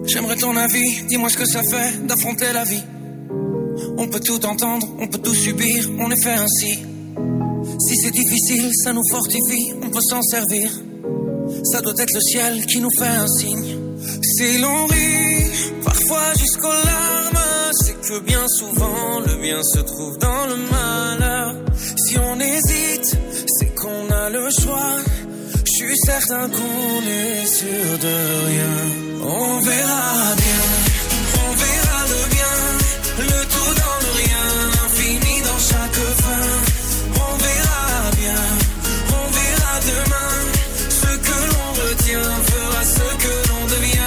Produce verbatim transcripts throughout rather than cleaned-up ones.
J'aimerais ton avis, dis-moi ce que ça fait d'affronter la vie. On peut tout entendre, on peut tout subir, on est fait ainsi. Si c'est difficile, ça nous fortifie, on peut s'en servir. Ça doit être le ciel qui nous fait un signe. Si l'on rit, parfois jusqu'aux larmes, c'est que bien souvent le bien se trouve dans le malheur. Si on hésite, c'est qu'on a le choix. Je suis certain qu'on est sûr de rien. On verra bien, on verra le bien, le tout dans le rien, l'infini dans chaque fin. On verra bien, on verra demain. Ce que l'on retient fera ce que l'on devient.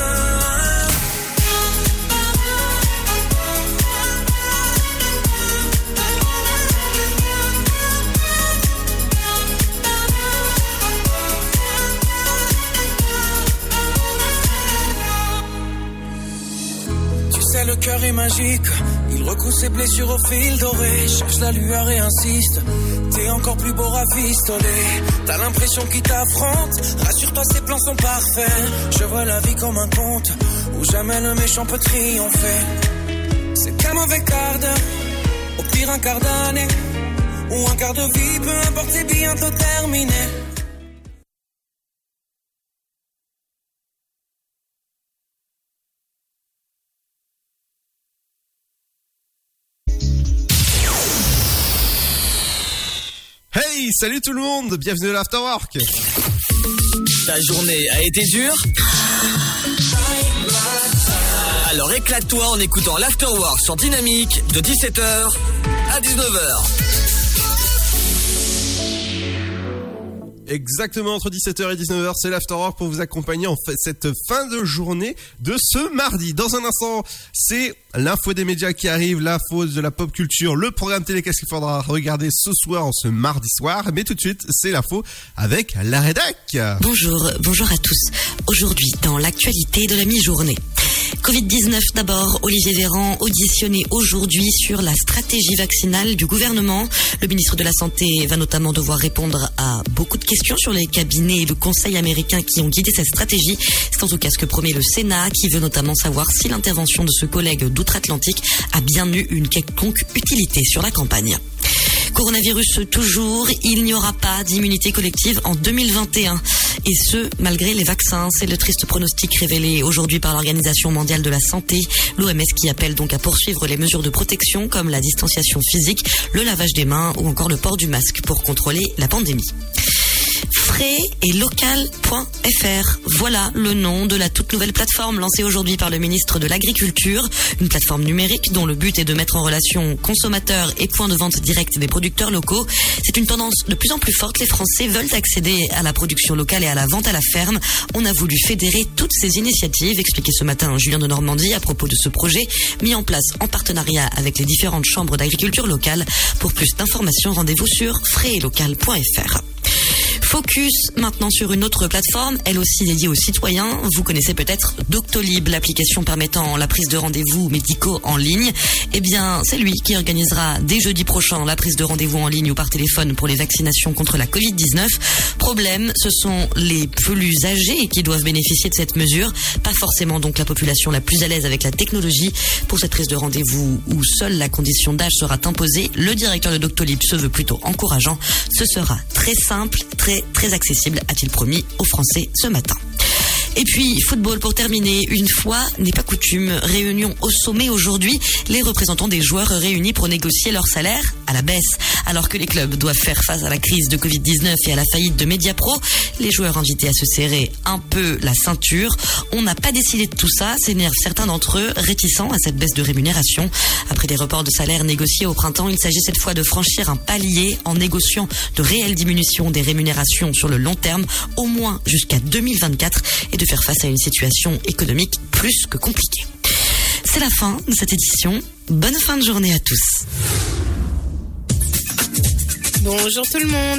Le cœur est magique, il recoue ses blessures au fil doré. Cherche la lueur et insiste, t'es encore plus beau rafistolé. T'as l'impression qu'il t'affronte, rassure-toi ses plans sont parfaits. Je vois la vie comme un conte, où jamais le méchant peut triompher. C'est qu'un mauvais quart d'heure, au pire un quart d'année, ou un quart de vie, peu importe c'est bientôt terminé. Hey, salut tout le monde, bienvenue à l'Afterwork. Ta journée a été dure? Alors éclate-toi en écoutant l'Afterwork sur Dynamique de dix-sept heures à dix-neuf heures. Exactement, entre dix-sept heures et dix-neuf heures, c'est l'Afterwork pour vous accompagner en fait cette fin de journée de ce mardi. Dans un instant, c'est l'info des médias qui arrive, l'info de la pop culture, le programme télé qu'est-ce qu'il faudra regarder ce soir, ce mardi soir. Mais tout de suite, c'est l'info avec la rédac. Bonjour, bonjour à tous. Aujourd'hui, dans l'actualité de la mi-journée. covid dix-neuf d'abord, Olivier Véran auditionné aujourd'hui sur la stratégie vaccinale du gouvernement. Le ministre de la Santé va notamment devoir répondre à beaucoup de questions sur les cabinets et le conseil américain qui ont guidé cette stratégie. C'est en tout cas ce que promet le Sénat, qui veut notamment savoir si l'intervention de ce collègue d'outre-Atlantique a bien eu une quelconque utilité sur la campagne. Coronavirus toujours, il n'y aura pas d'immunité collective en deux mille vingt et un. Et ce, malgré les vaccins. C'est le triste pronostic révélé aujourd'hui par l'Organisation mondiale de la santé, l'O M S, qui appelle donc à poursuivre les mesures de protection comme la distanciation physique, le lavage des mains ou encore le port du masque pour contrôler la pandémie. frais et local point f r. Voilà le nom de la toute nouvelle plateforme lancée aujourd'hui par le ministre de l'Agriculture. Une plateforme numérique dont le but est de mettre en relation consommateurs et points de vente directs des producteurs locaux. C'est une tendance de plus en plus forte. Les Français veulent accéder à la production locale et à la vente à la ferme. On a voulu fédérer toutes ces initiatives, expliquait ce matin Julien de Normandie à propos de ce projet mis en place en partenariat avec les différentes chambres d'agriculture locale. Pour plus d'informations, rendez-vous sur frais et local point f r. Focus maintenant sur une autre plateforme, elle aussi dédiée aux citoyens. Vous connaissez peut-être Doctolib, l'application permettant la prise de rendez-vous médicaux en ligne. Eh bien, c'est lui qui organisera dès jeudi prochain la prise de rendez-vous en ligne ou par téléphone pour les vaccinations contre la covid dix-neuf. Problème, ce sont les plus âgés qui doivent bénéficier de cette mesure. Pas forcément donc la population la plus à l'aise avec la technologie. Pour cette prise de rendez-vous où seule la condition d'âge sera imposée, le directeur de Doctolib se veut plutôt encourageant. Ce sera très simple, très très accessible, a-t-il promis aux Français ce matin. Et puis, football pour terminer, une fois n'est pas coutume, réunion au sommet aujourd'hui, les représentants des joueurs réunis pour négocier leur salaire à la baisse. Alors que les clubs doivent faire face à la crise de covid dix-neuf et à la faillite de Mediapro, les joueurs invités à se serrer un peu la ceinture. On n'a pas décidé de tout ça, s'énervent certains d'entre eux, réticents à cette baisse de rémunération. Après des reports de salaire négociés au printemps, il s'agit cette fois de franchir un palier en négociant de réelles diminutions des rémunérations sur le long terme, au moins jusqu'à deux mille vingt-quatre, et de faire face à une situation économique plus que compliquée. C'est la fin de cette édition. Bonne fin de journée à tous. Bonjour tout le monde.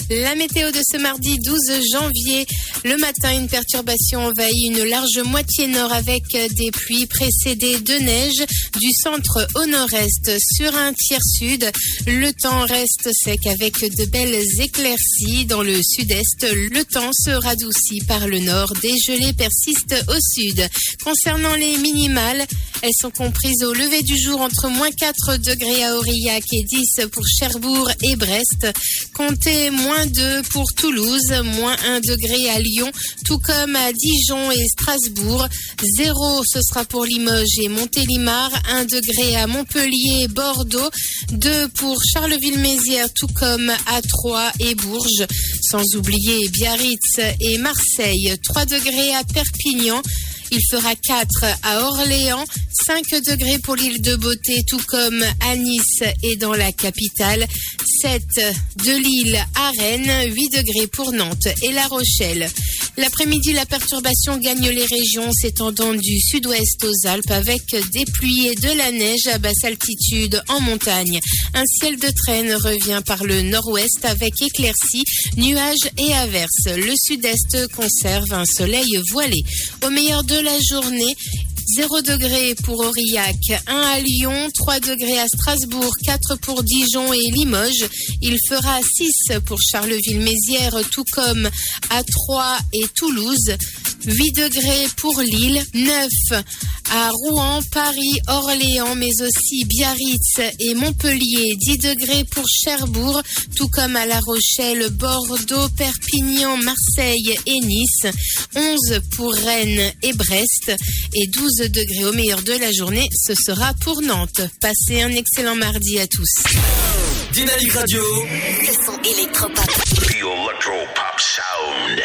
La météo de ce mardi douze janvier. Le matin, une perturbation envahit une large moitié nord avec des pluies précédées de neige du centre au nord-est. Sur un tiers sud, le temps reste sec avec de belles éclaircies. Dans le sud-est, le temps se radoucit par le nord. Des gelées persistent au sud. Concernant les minimales, elles sont comprises au lever du jour entre moins quatre degrés à Aurillac et dix pour Cherbourg et Brest. Comptez moins deux pour Toulouse, moins un degré à Lyon, tout comme à Dijon et Strasbourg. Zéro, ce sera pour Limoges et Montélimar, un degré à Montpellier et Bordeaux, deux pour Charleville-Mézières, tout comme à Troyes et Bourges, sans oublier Biarritz et Marseille, trois degrés à Perpignan. Il fera quatre à Orléans, cinq degrés pour l'île de Beauté, tout comme à Nice et dans la capitale, sept de Lille à Rennes, huit degrés pour Nantes et La Rochelle. L'après-midi, la perturbation gagne les régions s'étendant du sud-ouest aux Alpes avec des pluies et de la neige à basse altitude en montagne. Un ciel de traîne revient par le nord-ouest avec éclaircies, nuages et averses. Le sud-est conserve un soleil voilé. Au meilleur de la journée, zéro degré pour Aurillac, un à Lyon, trois degrés à Strasbourg, quatre pour Dijon et Limoges. Il fera six pour Charleville-Mézières, tout comme à Troyes et Toulouse. huit degrés pour Lille, neuf à Rouen, Paris, Orléans, mais aussi Biarritz et Montpellier. dix degrés pour Cherbourg, tout comme à La Rochelle, Bordeaux, Perpignan, Marseille et Nice. onze pour Rennes et Brest. Et douze degrés au meilleur de la journée, ce sera pour Nantes. Passez un excellent mardi à tous. Dynamique Radio. Le son électropop. The electropop sound.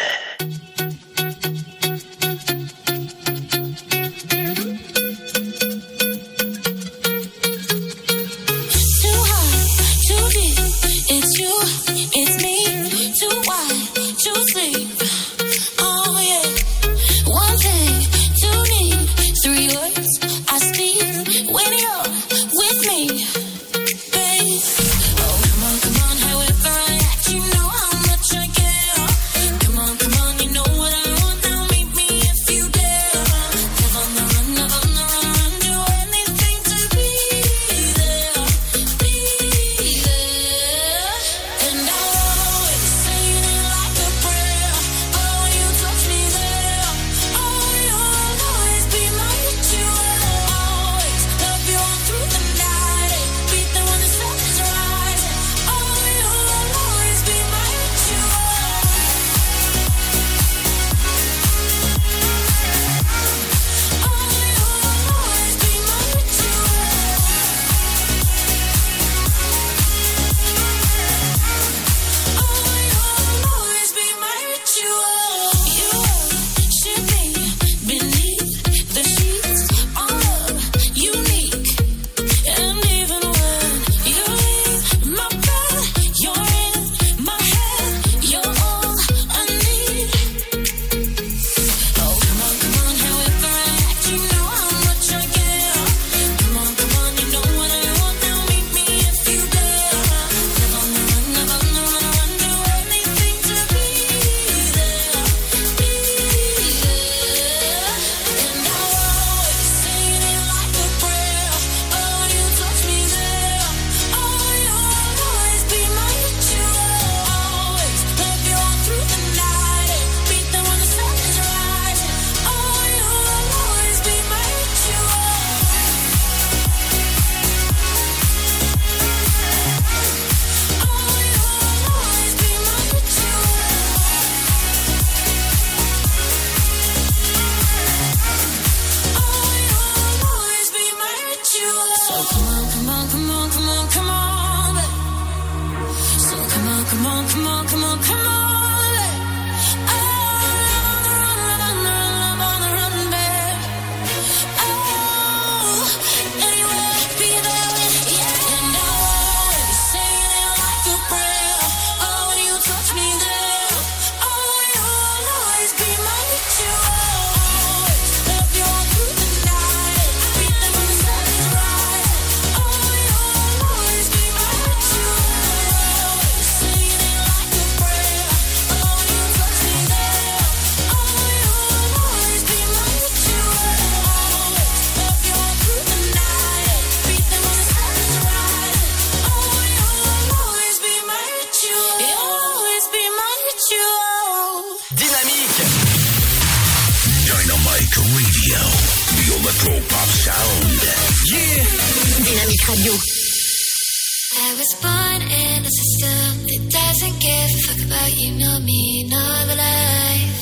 you. Dynamique. Dynamic Radio, the electro pop sound. Yeah. Dynamique Radio. I was born in a system that doesn't give a fuck about you, nor me, nor the life.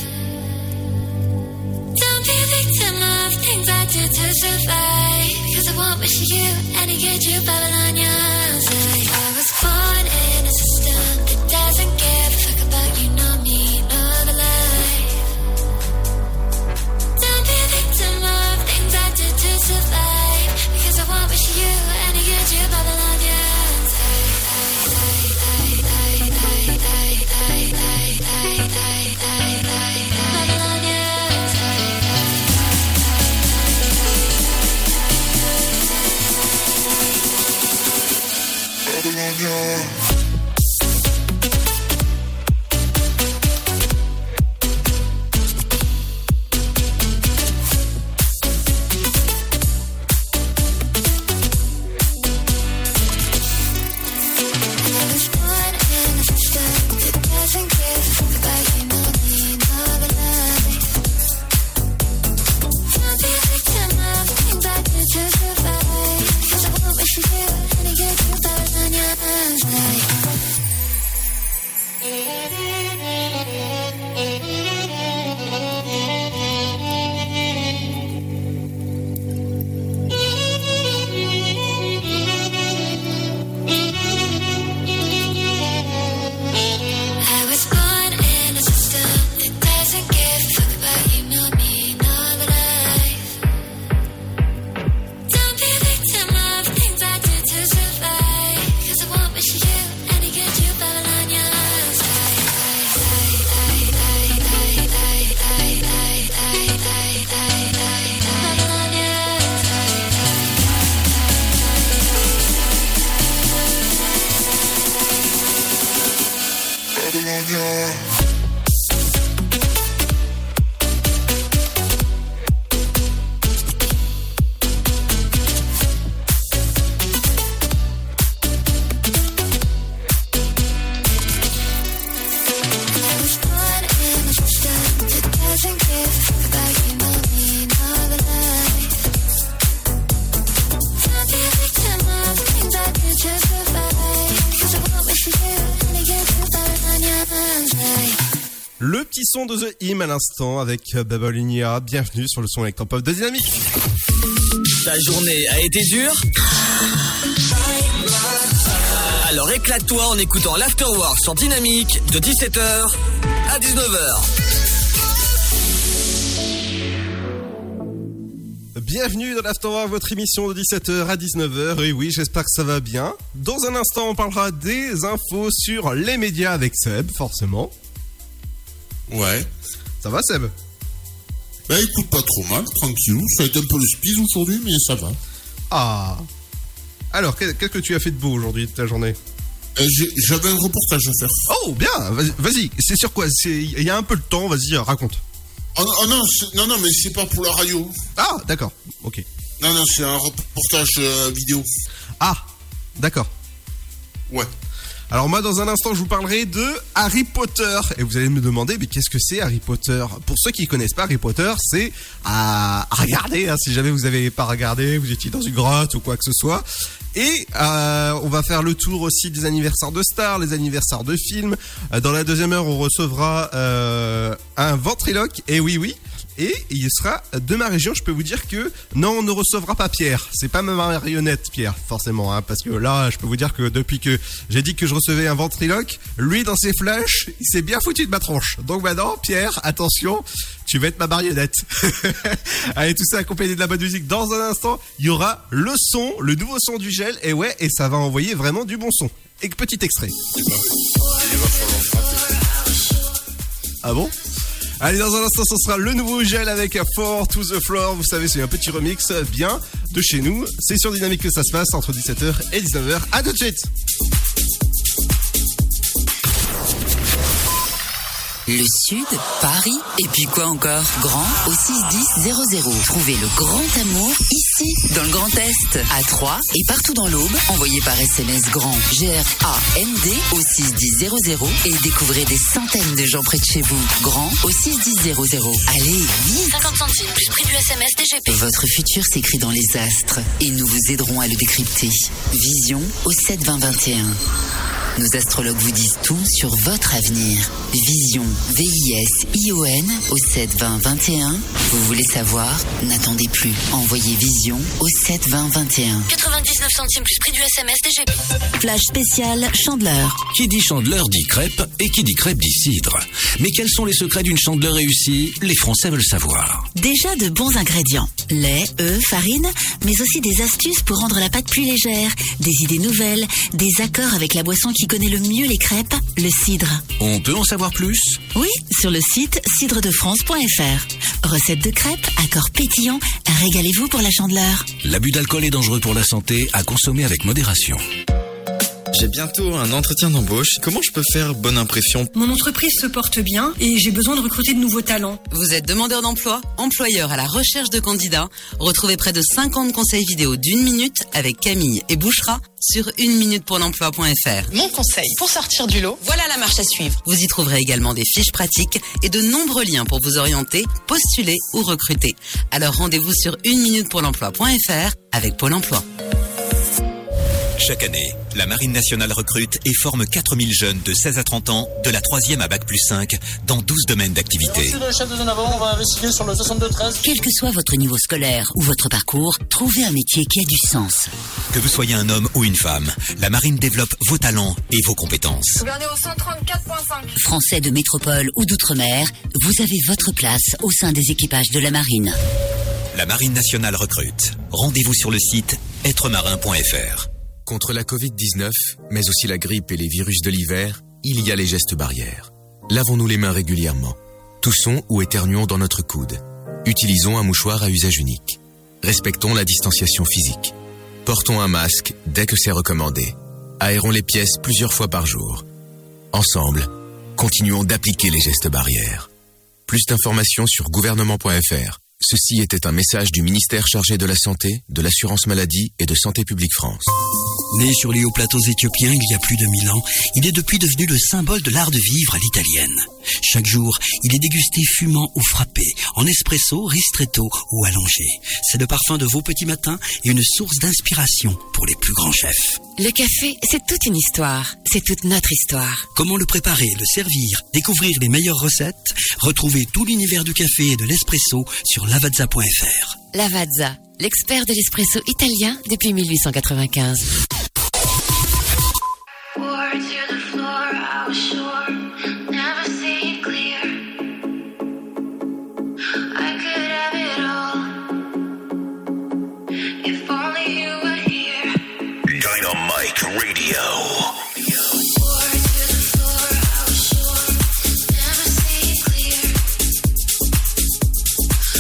Don't be a victim of things I do to survive, because I won't wish you any good, you Babylonians. I was born in a system that doesn't give a fuck about you, nor me, nor the life. Don't be a victim of things I do to survive, because I won't wish you any good, you Babylonians. Le petit son de The Hymn à l'instant avec Babylonian. Bienvenue sur le son électropop de Dynamique. Ta journée a été dure? Alors éclate-toi en écoutant l'Afterwork sur Dynamique de dix-sept heures à dix-neuf heures. Bienvenue dans l'Afterwork, votre émission de dix-sept heures à dix-neuf heures. Et oui, j'espère que ça va bien. Dans un instant, on parlera des infos sur les médias avec Seb, forcément. Ouais. Ça va, Seb? Bah écoute, pas trop mal, tranquillou. Ça a été un peu le speed aujourd'hui, mais ça va. Ah. Alors, qu'est-ce que tu as fait de beau aujourd'hui de ta journée? euh, J'avais un reportage à faire. Oh, bien. Vas-y, vas-y. C'est sur quoi? Il y a un peu de temps, vas-y, raconte. Oh, oh non, non, non, mais c'est pas pour la radio. Ah, d'accord. Ok. Non, non, c'est un reportage euh, vidéo. Ah, d'accord. Ouais. Alors moi, dans un instant, je vous parlerai de Harry Potter. Et vous allez me demander, mais qu'est-ce que c'est Harry Potter? Pour ceux qui ne connaissent pas Harry Potter, c'est à, à regarder. Hein, si jamais vous n'avez pas regardé, vous étiez dans une grotte ou quoi que ce soit. Et euh, on va faire le tour aussi des anniversaires de stars, les anniversaires de films. Euh, dans la deuxième heure, on recevra euh, un ventriloque. Et oui, oui. Et il sera de ma région. Je peux vous dire que non, on ne recevra pas Pierre. C'est pas ma marionnette, Pierre, forcément, hein, parce que là, je peux vous dire que depuis que j'ai dit que je recevais un ventriloque, lui, dans ses flashs, il s'est bien foutu de ma tronche. Donc maintenant, Pierre, attention, tu vas être ma marionnette. Allez, tout ça accompagné de la bonne musique. Dans un instant, il y aura le son, le nouveau son du gel. Et ouais, et ça va envoyer vraiment du bon son. Et petit extrait. Ah bon? Allez, dans un instant, ce sera le nouveau gel avec Four to the Floor. Vous savez, c'est un petit remix bien de chez nous. C'est sur Dynamique que ça se passe entre dix-sept heures et dix-neuf heures. À tout de suite. Le Sud, Paris, et puis quoi encore? Grand au six dix zéro zéro. Trouvez le grand amour ici, dans le Grand Est, à Troyes et partout dans l'Aube. Envoyez par S M S grand G R A N D au six dix zéro zéro et découvrez des centaines de gens près de chez vous. Grand au six dix zéro zéro. Allez, vite! cinquante centimes plus prix du S M S D G P. Votre futur s'écrit dans les astres et nous vous aiderons à le décrypter. Vision au sept vingt vingt et un. Nos astrologues vous disent tout sur votre avenir. Vision, V I S I O N au sept vingt vingt et un. Vous voulez savoir? N'attendez plus. Envoyez Vision au sept vingt vingt et un. quatre-vingt-dix-neuf centimes plus prix du S M S D G P. Flash spécial Chandeleur. Qui dit chandeleur dit crêpe et qui dit crêpe dit cidre. Mais quels sont les secrets d'une chandeleur réussie? Les Français veulent savoir. Déjà de bons ingrédients. Lait, œufs, farine, mais aussi des astuces pour rendre la pâte plus légère, des idées nouvelles, des accords avec la boisson qui connaît le mieux les crêpes, le cidre. On peut en savoir plus? Oui, sur le site cidre de france point f r. Recettes de crêpes, accords pétillants, régalez-vous pour la chandeleur. L'abus d'alcool est dangereux pour la santé, à consommer avec modération. J'ai bientôt un entretien d'embauche. Comment je peux faire bonne impression? Mon entreprise se porte bien et j'ai besoin de recruter de nouveaux talents. Vous êtes demandeur d'emploi, employeur à la recherche de candidats. Retrouvez près de cinquante conseils vidéo d'une minute avec Camille et Bouchra sur une minute pour l'emploi point f r. Mon conseil pour sortir du lot, voilà la marche à suivre. Vous y trouverez également des fiches pratiques et de nombreux liens pour vous orienter, postuler ou recruter. Alors rendez-vous sur une minute pour l'emploi point f r avec Pôle emploi. Chaque année, la Marine nationale recrute et forme quatre mille jeunes de seize à trente ans, de la troisième à bac plus cinq, dans douze domaines d'activité. Le chef de zone avant, on va investiguer sur le soixante-deux treize. Quel que soit votre niveau scolaire ou votre parcours, trouvez un métier qui a du sens. Que vous soyez un homme ou une femme, la Marine développe vos talents et vos compétences. Gouverneur au cent trente-quatre virgule cinq. Français de métropole ou d'outre-mer, vous avez votre place au sein des équipages de la Marine. La Marine nationale recrute. Rendez-vous sur le site être marin point f r. Contre la covid dix-neuf, mais aussi la grippe et les virus de l'hiver, il y a les gestes barrières. Lavons-nous les mains régulièrement. Toussons ou éternuons dans notre coude. Utilisons un mouchoir à usage unique. Respectons la distanciation physique. Portons un masque dès que c'est recommandé. Aérons les pièces plusieurs fois par jour. Ensemble, continuons d'appliquer les gestes barrières. Plus d'informations sur gouvernement point f r. Ceci était un message du ministère chargé de la Santé, de l'Assurance Maladie et de Santé Publique France. Né sur les hauts plateaux éthiopiens il y a plus de mille ans, il est depuis devenu le symbole de l'art de vivre à l'italienne. Chaque jour, il est dégusté fumant ou frappé, en espresso, ristretto ou allongé. C'est le parfum de vos petits matins et une source d'inspiration pour les plus grands chefs. Le café, c'est toute une histoire. C'est toute notre histoire. Comment le préparer, le servir, découvrir les meilleures recettes? Retrouvez tout l'univers du café et de l'espresso sur lavazza point f r. Lavazza, l'expert de l'espresso italien depuis mille huit cent quatre-vingt-quinze.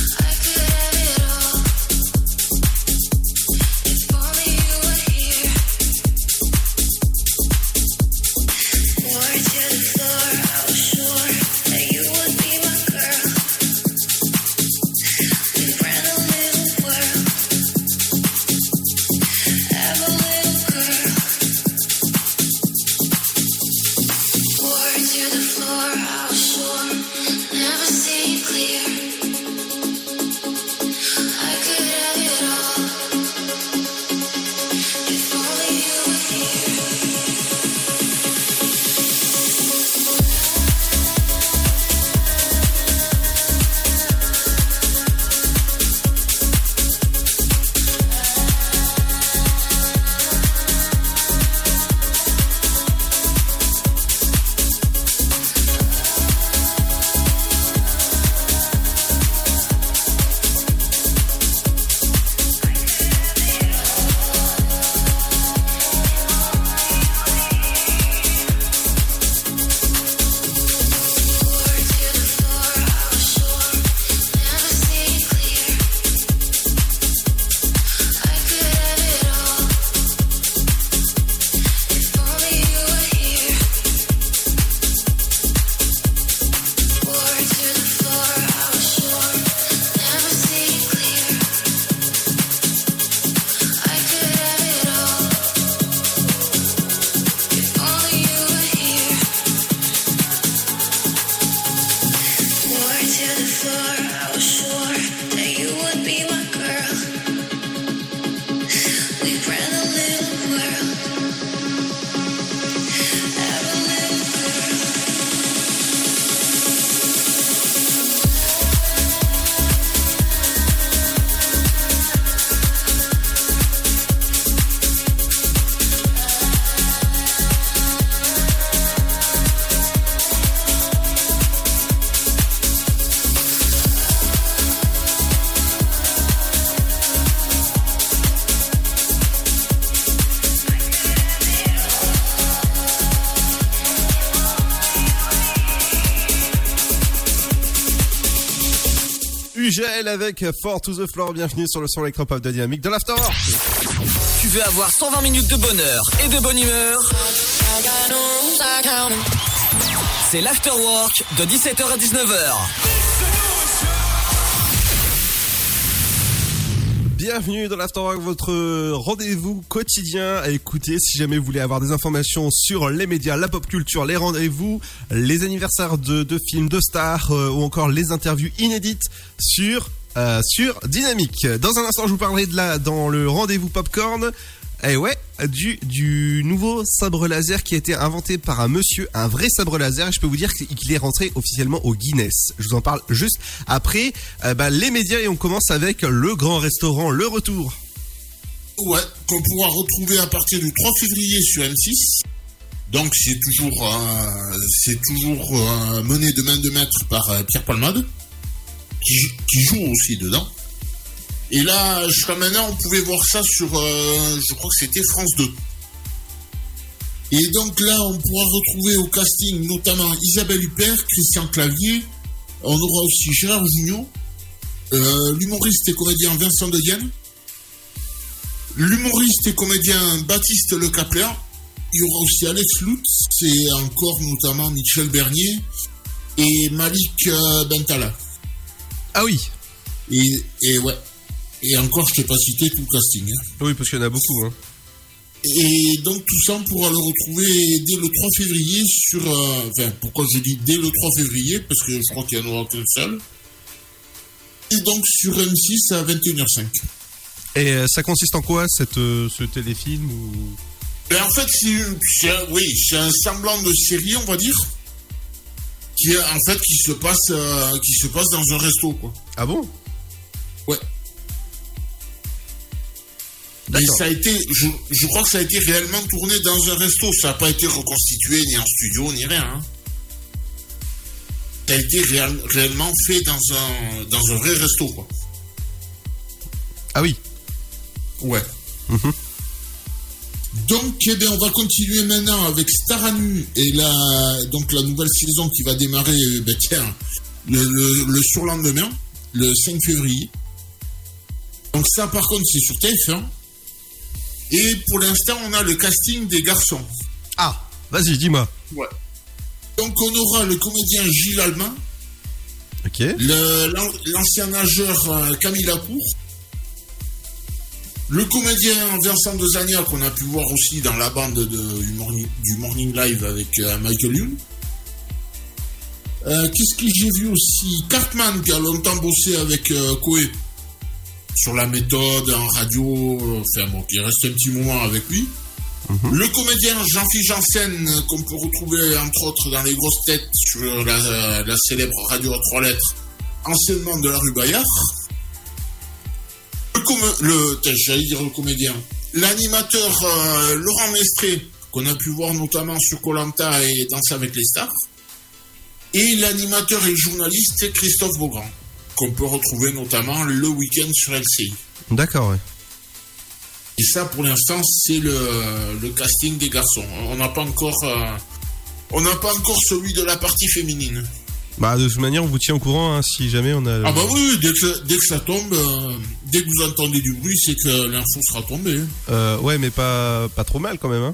If only you were here. Jaël avec Four to the Floor, bienvenue sur le son électropop de Dynamique de l'Afterwork. Tu veux avoir cent vingt minutes de bonheur et de bonne humeur? C'est l'Afterwork de dix-sept heures à dix-neuf heures. Bienvenue dans l'Afterwork, votre rendez-vous quotidien à écouter si jamais vous voulez avoir des informations sur les médias, la pop culture, les rendez-vous, les anniversaires de, de films, de stars euh, ou encore les interviews inédites sur, euh, sur Dynamique. Dans un instant, je vous parlerai de la, dans le rendez-vous Popcorn, et ouais, du, du nouveau sabre laser qui a été inventé par un monsieur, un vrai sabre laser, et je peux vous dire qu'il est rentré officiellement au Guinness. Je vous en parle juste après euh, bah, les médias, et on commence avec le grand restaurant, le retour. Ouais, qu'on pourra retrouver à partir du trois février sur M six. Donc c'est toujours, euh, c'est toujours euh, mené de main de maître par euh, Pierre Palmade, qui, qui joue aussi dedans. Et là, jusqu'à maintenant, on pouvait voir ça sur, euh, je crois que c'était France deux. Et donc là, on pourra retrouver au casting notamment Isabelle Huppert, Christian Clavier. On aura aussi Gérard Jugnot, euh, l'humoriste et comédien Vincent De Dienne, l'humoriste et comédien Baptiste Le Capler. Il y aura aussi Alex Lutz, et encore notamment Michel Bernier et Malik euh, Bentala. Ah oui. Et, et ouais. Et encore, je t'ai pas cité tout le casting. Hein. Oui, parce qu'il y en a beaucoup. Hein. Et donc, tout ça, on pourra le retrouver dès le trois février sur... Euh, enfin, pourquoi je dis dès le trois février? Parce que je crois qu'il y en aura qu'un seul. Et donc, sur M six à vingt et une heures cinq. Et euh, ça consiste en quoi, cette, euh, ce téléfilm ou... Ben, en fait, c'est, c'est, un, oui, c'est un semblant de série, on va dire, qui, est, en fait, qui se passe, euh, qui se passe dans un resto, quoi. Ah bon? Ouais. Et ça a été, je, je crois que ça a été réellement tourné dans un resto. Ça n'a pas été reconstitué ni en studio ni rien. Hein. Ça a été réel, réellement fait dans un, dans un vrai resto, quoi. Ah oui. Ouais. Mm-hmm. Donc, eh bien, on va continuer maintenant avec Star à nu et la, donc la nouvelle saison qui va démarrer, ben, tiens, le, le, le surlendemain, le cinq février. Donc ça, par contre, c'est sur T F un. Et pour l'instant, on a le casting des garçons. Ah, vas-y, dis-moi. Ouais. Donc, on aura le comédien Gilles Allemand. Ok. Le, l'ancien nageur euh, Camille Lacour. Le comédien Vincent Dezania, qu'on a pu voir aussi dans la bande de, du, morning, du Morning Live avec euh, Michael Youn. Euh, qu'est-ce que j'ai vu aussi? Cartman, qui a longtemps bossé avec euh, Coé. Sur la méthode, en radio, enfin bon, qui reste un petit moment avec lui. Mmh. Le comédien Jean-Philippe Janssen, qu'on peut retrouver entre autres dans Les Grosses Têtes sur la, la célèbre radio à trois lettres, anciennement de la rue Bayard. Le, com- le j'allais dire le comédien, l'animateur euh, Laurent Mestré, qu'on a pu voir notamment sur Koh-Lanta et Danse avec les stars. Et l'animateur et journaliste Christophe Beaugrand, qu'on peut retrouver notamment le week-end sur L C I. D'accord, ouais. Et ça, pour l'instant, c'est le, le casting des garçons. On n'a pas encore, euh, on n'a pas encore celui de la partie féminine. Bah, de toute manière, on vous tient au courant, hein, si jamais on a... Ah bah oui, dès que, dès que ça tombe, euh, dès que vous entendez du bruit, c'est que l'info sera tombée. Hein. Euh, ouais, mais pas, pas trop mal quand même, hein.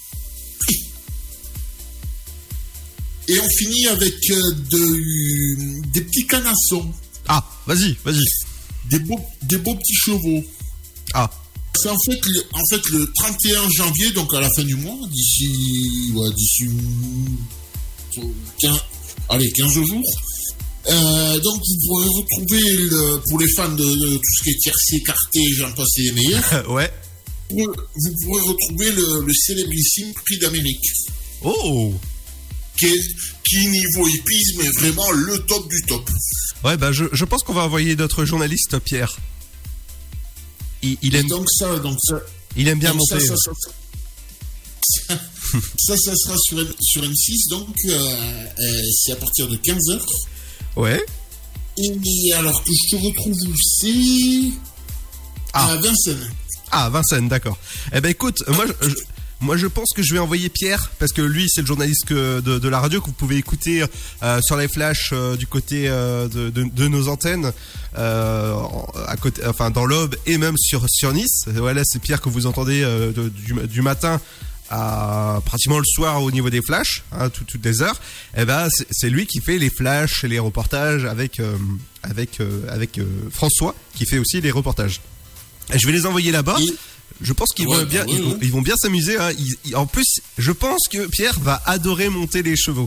Et on finit avec euh, de, des petits canassons. Ah, vas-y, vas-y. Des beaux, des beaux petits chevaux. Ah. C'est en fait, le, en fait le trente et un janvier, donc à la fin du mois, d'ici, ouais, d'ici quinze, allez, quinze jours, Euh, donc vous pourrez retrouver, le, pour les fans de, de tout ce qui est tiercé, carté, j'en passe les meilleurs. Ouais. Vous, vous pourrez retrouver le, le célébrissime Prix d'Amérique. Oh. Qui, est, qui niveau hippisme est vraiment le top du top. Ouais, bah je, je pense qu'on va envoyer notre journaliste Pierre. Il, il aime donc ça, donc ça. Il aime bien monter. Ça, ça, ça, ça, ça sera sur, sur M six, donc euh, euh, c'est à partir de quinze heures. Ouais. Et alors que je te retrouve aussi ah. à Vincennes. Ah, Vincennes, d'accord. Eh ben écoute, ah, moi, je, je, moi je pense que je vais envoyer Pierre, parce que lui c'est le journaliste que de, de la radio que vous pouvez écouter euh, sur les flashs euh, du côté euh, de, de, de nos antennes, euh, à côté, enfin dans l'Aube et même sur, sur Nice. Voilà, c'est Pierre que vous entendez euh, de, du, du matin à pratiquement le soir au niveau des flashs, hein, tout, toutes les heures. Et ben c'est, c'est lui qui fait les flashs et les reportages avec euh, avec euh, avec euh, François qui fait aussi les reportages. Et je vais les envoyer là-bas. Et... Je pense qu'ils ouais, vont bien, ouais, ils, ouais. ils vont bien s'amuser. Hein. Ils, ils, en plus, je pense que Pierre va adorer monter les chevaux.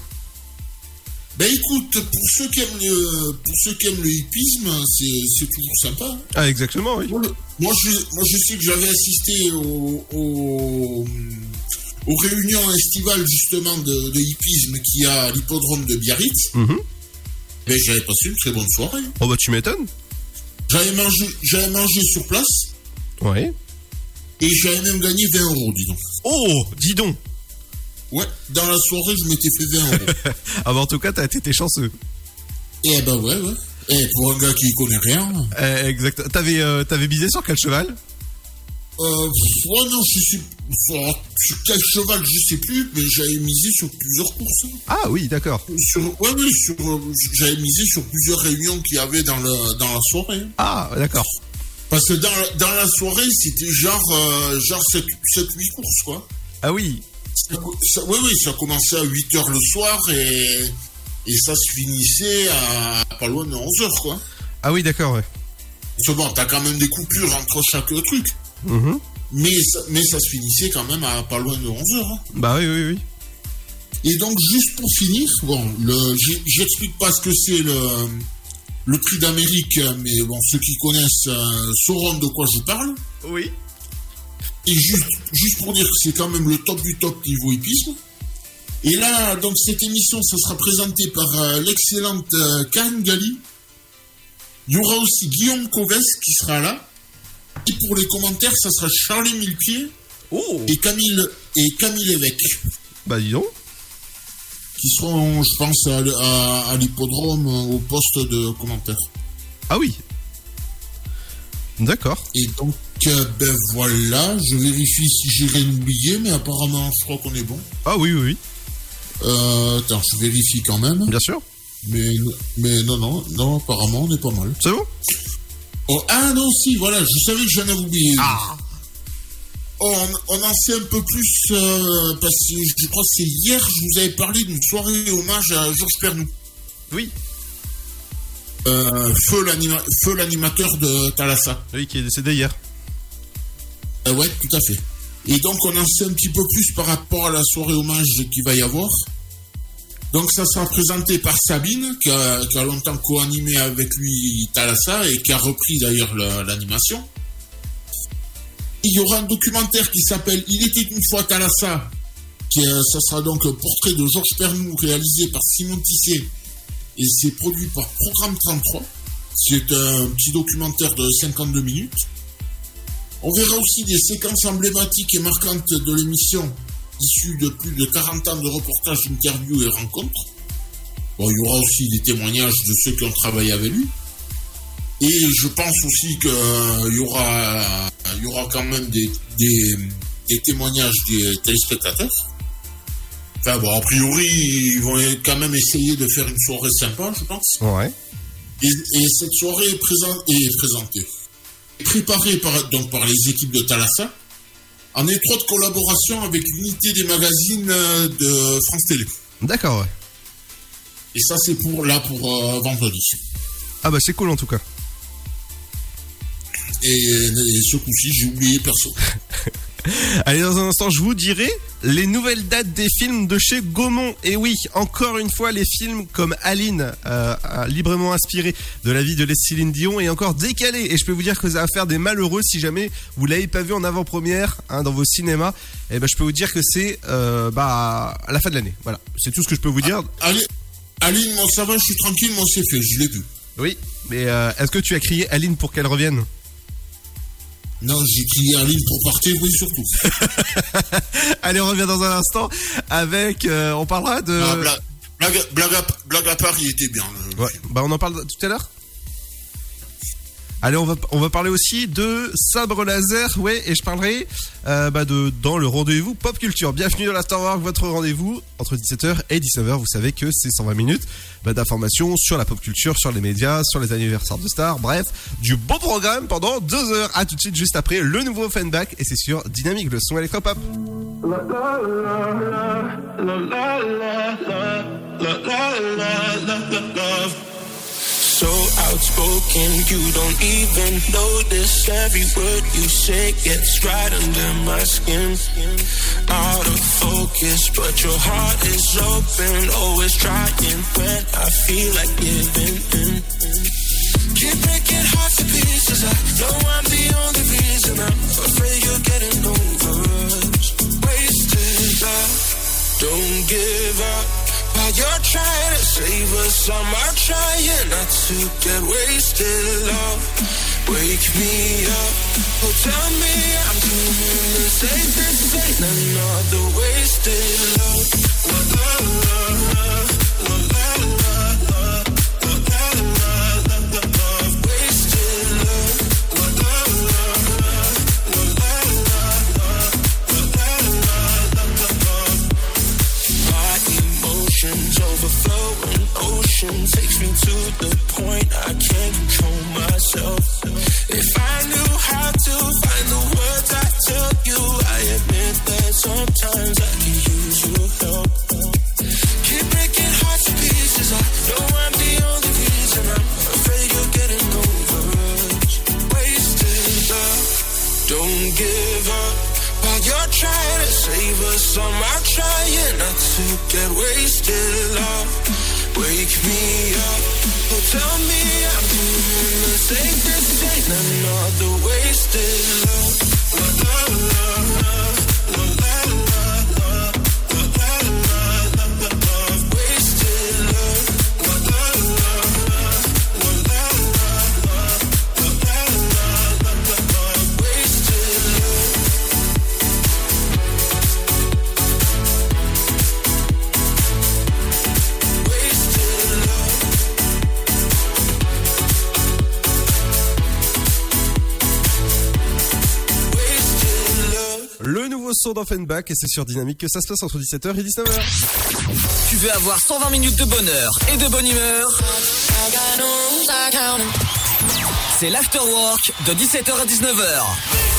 Ben écoute, pour ceux qui aiment le, pour ceux qui aiment le hippisme, c'est, c'est toujours sympa. Ah exactement, oui. Moi, moi, je, moi je sais que j'avais assisté au, au, aux réunions estivales justement de, de hippisme qu'il y a à l'hippodrome de Biarritz. Mm-hmm. Ben j'avais passé une très bonne soirée. Oh bah tu m'étonnes. J'avais mangé, j'avais mangé sur place. Ouais. Et j'avais même gagné vingt euros, dis donc. Oh, dis donc. Ouais, dans la soirée, je m'étais fait vingt euros. Ah bah en tout cas, t'as été chanceux. Eh bah ouais, ouais. Eh, pour un gars qui connaît rien. Eh, exact. T'avais, euh, t'avais misé sur quel cheval? Euh, ouais, non, je sais sur quel cheval, je sais plus, mais j'avais misé sur plusieurs courses. Ah oui, d'accord. Sur, ouais, oui, sur, j'avais misé sur plusieurs réunions qu'il y avait dans, le, dans la soirée. Ah, d'accord. Parce que dans, dans la soirée, c'était genre, euh, genre sept huit courses, quoi. Ah oui. Ça, ça, oui, oui, ça commençait à huit heures le soir et, et ça se finissait à pas loin de onze heures, quoi. Ah oui, d'accord, ouais. C'est bon, t'as quand même des coupures entre chaque truc. Mm-hmm. Mais, ça, mais ça se finissait quand même à pas loin de onze heures. Hein. Bah oui, oui, oui. Et donc, juste pour finir, bon, le, j'explique pas ce que c'est le, le prix d'Amérique, mais bon, ceux qui connaissent euh, sauront de quoi je parle. Oui. Et juste, juste pour dire que c'est quand même le top du top niveau hippisme. Et là, donc, cette émission, ça sera présenté par euh, l'excellente euh, Karine Galli. Il y aura aussi Guillaume Coves qui sera là. Et pour les commentaires, ça sera Charlie Millepied oh. et Camille et Camille Lévesque. Bah dis donc. Qui seront, je pense, à, à, à l'hippodrome au poste de commentaire. Ah oui. D'accord. Et donc, euh, ben voilà, je vérifie si j'ai rien oublié, mais apparemment, je crois qu'on est bon. Ah oui, oui, oui. Euh, attends, je vérifie quand même. Bien sûr. Mais, mais non, non, non, apparemment, on est pas mal. C'est bon? Oh, ah non, si, voilà, je savais que j'en avais oublié. Ah. Oh, on, on en sait un peu plus, euh, parce que je crois que c'est hier, je vous avais parlé d'une soirée hommage à Georges Pernou. Oui. Euh, feu, l'anima, feu l'animateur de Thalassa. Oui, qui est décédé hier. Euh, ouais, tout à fait. Et donc, on en sait un petit peu plus par rapport à la soirée hommage qu'il va y avoir. Donc, ça sera présenté par Sabine, qui a, qui a longtemps co-animé avec lui Thalassa et qui a repris d'ailleurs la, l'animation. Il y aura un documentaire qui s'appelle Il était une fois Thalassa, qui est, ça sera donc un portrait de Georges Pernou réalisé par Simon Tisset et c'est produit par Programme trente-trois. C'est un petit documentaire de cinquante-deux minutes. On verra aussi des séquences emblématiques et marquantes de l'émission, issues de plus de quarante ans de reportages, d'interviews et rencontres. Bon, il y aura aussi des témoignages de ceux qui ont travaillé avec lui. Et je pense aussi qu'il euh, y aura, il y aura quand même des, des, des témoignages des téléspectateurs. Enfin bon, a priori, ils vont quand même essayer de faire une soirée sympa, je pense. Ouais. Et, et cette soirée est, présent, est présentée, préparée par, donc par les équipes de Thalassa, en étroite collaboration avec l'unité des magazines de France Télé. D'accord, ouais. Et ça, c'est pour là pour euh, vendredi. Ah bah c'est cool en tout cas. Et, et ce coup-ci, j'ai oublié perso. Allez, dans un instant, je vous dirai les nouvelles dates des films de chez Gaumont. Et oui, encore une fois, les films comme Aline, euh, librement inspirés de la vie de Céline Dion, est encore décalé. Et je peux vous dire que ça va faire des malheureux si jamais vous l'avez pas vu en avant-première hein, dans vos cinémas. Et ben, je peux vous dire que c'est euh, bah à la fin de l'année. Voilà, c'est tout ce que je peux vous dire. Ah, allez, Aline, moi ça va, je suis tranquille, moi c'est fait, je l'ai vu. Oui, mais euh, est-ce que tu as crié Aline pour qu'elle revienne? Non, j'ai crié Aline pour partir, oui, surtout. Allez, on revient dans un instant avec... Euh, on parlera de... Ah, blague, blague, blague, à, blague à part, il était bien. Ouais, bah on en parle tout à l'heure. Allez, on va, on va parler aussi de sabre laser, ouais, et je parlerai euh, bah de, dans le rendez-vous Pop Culture. Bienvenue dans l'Afterwork, votre rendez-vous entre dix-sept heures et dix-neuf heures. Vous savez que c'est cent vingt minutes bah, d'informations sur la pop culture, sur les médias, sur les anniversaires de stars, bref, du beau programme pendant deux heures. À tout de suite, juste après le nouveau Offenbach, et c'est sur Dynamique, le son électropop. La la la la la la la la la la. So outspoken, you don't even notice every word you say gets right under my skin. Out of focus, but your heart is open, always trying when I feel like giving in. Keep breaking hearts to pieces, I know I'm the only reason. I'm afraid you're getting over us. Wasted love, don't give up. While you're trying to save us, I'm trying not to get wasted. Love, wake me up. Oh, tell me I'm doing the same. This ain't another wasted love. La la la la la la la la la la la. Wasted love. La la la la la la la la la. My emotions overflowing, ocean takes me to the point I can't control myself. If I knew how to find the words I tell you, I admit that sometimes I can use your help. Keep breaking hearts to pieces, I know I'm the only reason. I'm afraid you're getting over us. Wasted love, don't give up. While you're trying to save us, I'm trying not to get wasted. Love, wake me up. Oh, tell me I'm doing the same. This ain't another wasted love. La la la la la la la la la la la. Wasted love. La la la la la la la la la la. Wasted love. Le nouveau son d'Offenbach, et c'est sur Dynamique que ça se passe entre dix-sept heures et dix-neuf heures. Tu veux avoir cent vingt minutes de bonheur et de bonne humeur? C'est l'Afterwork de dix-sept heures à dix-neuf heures.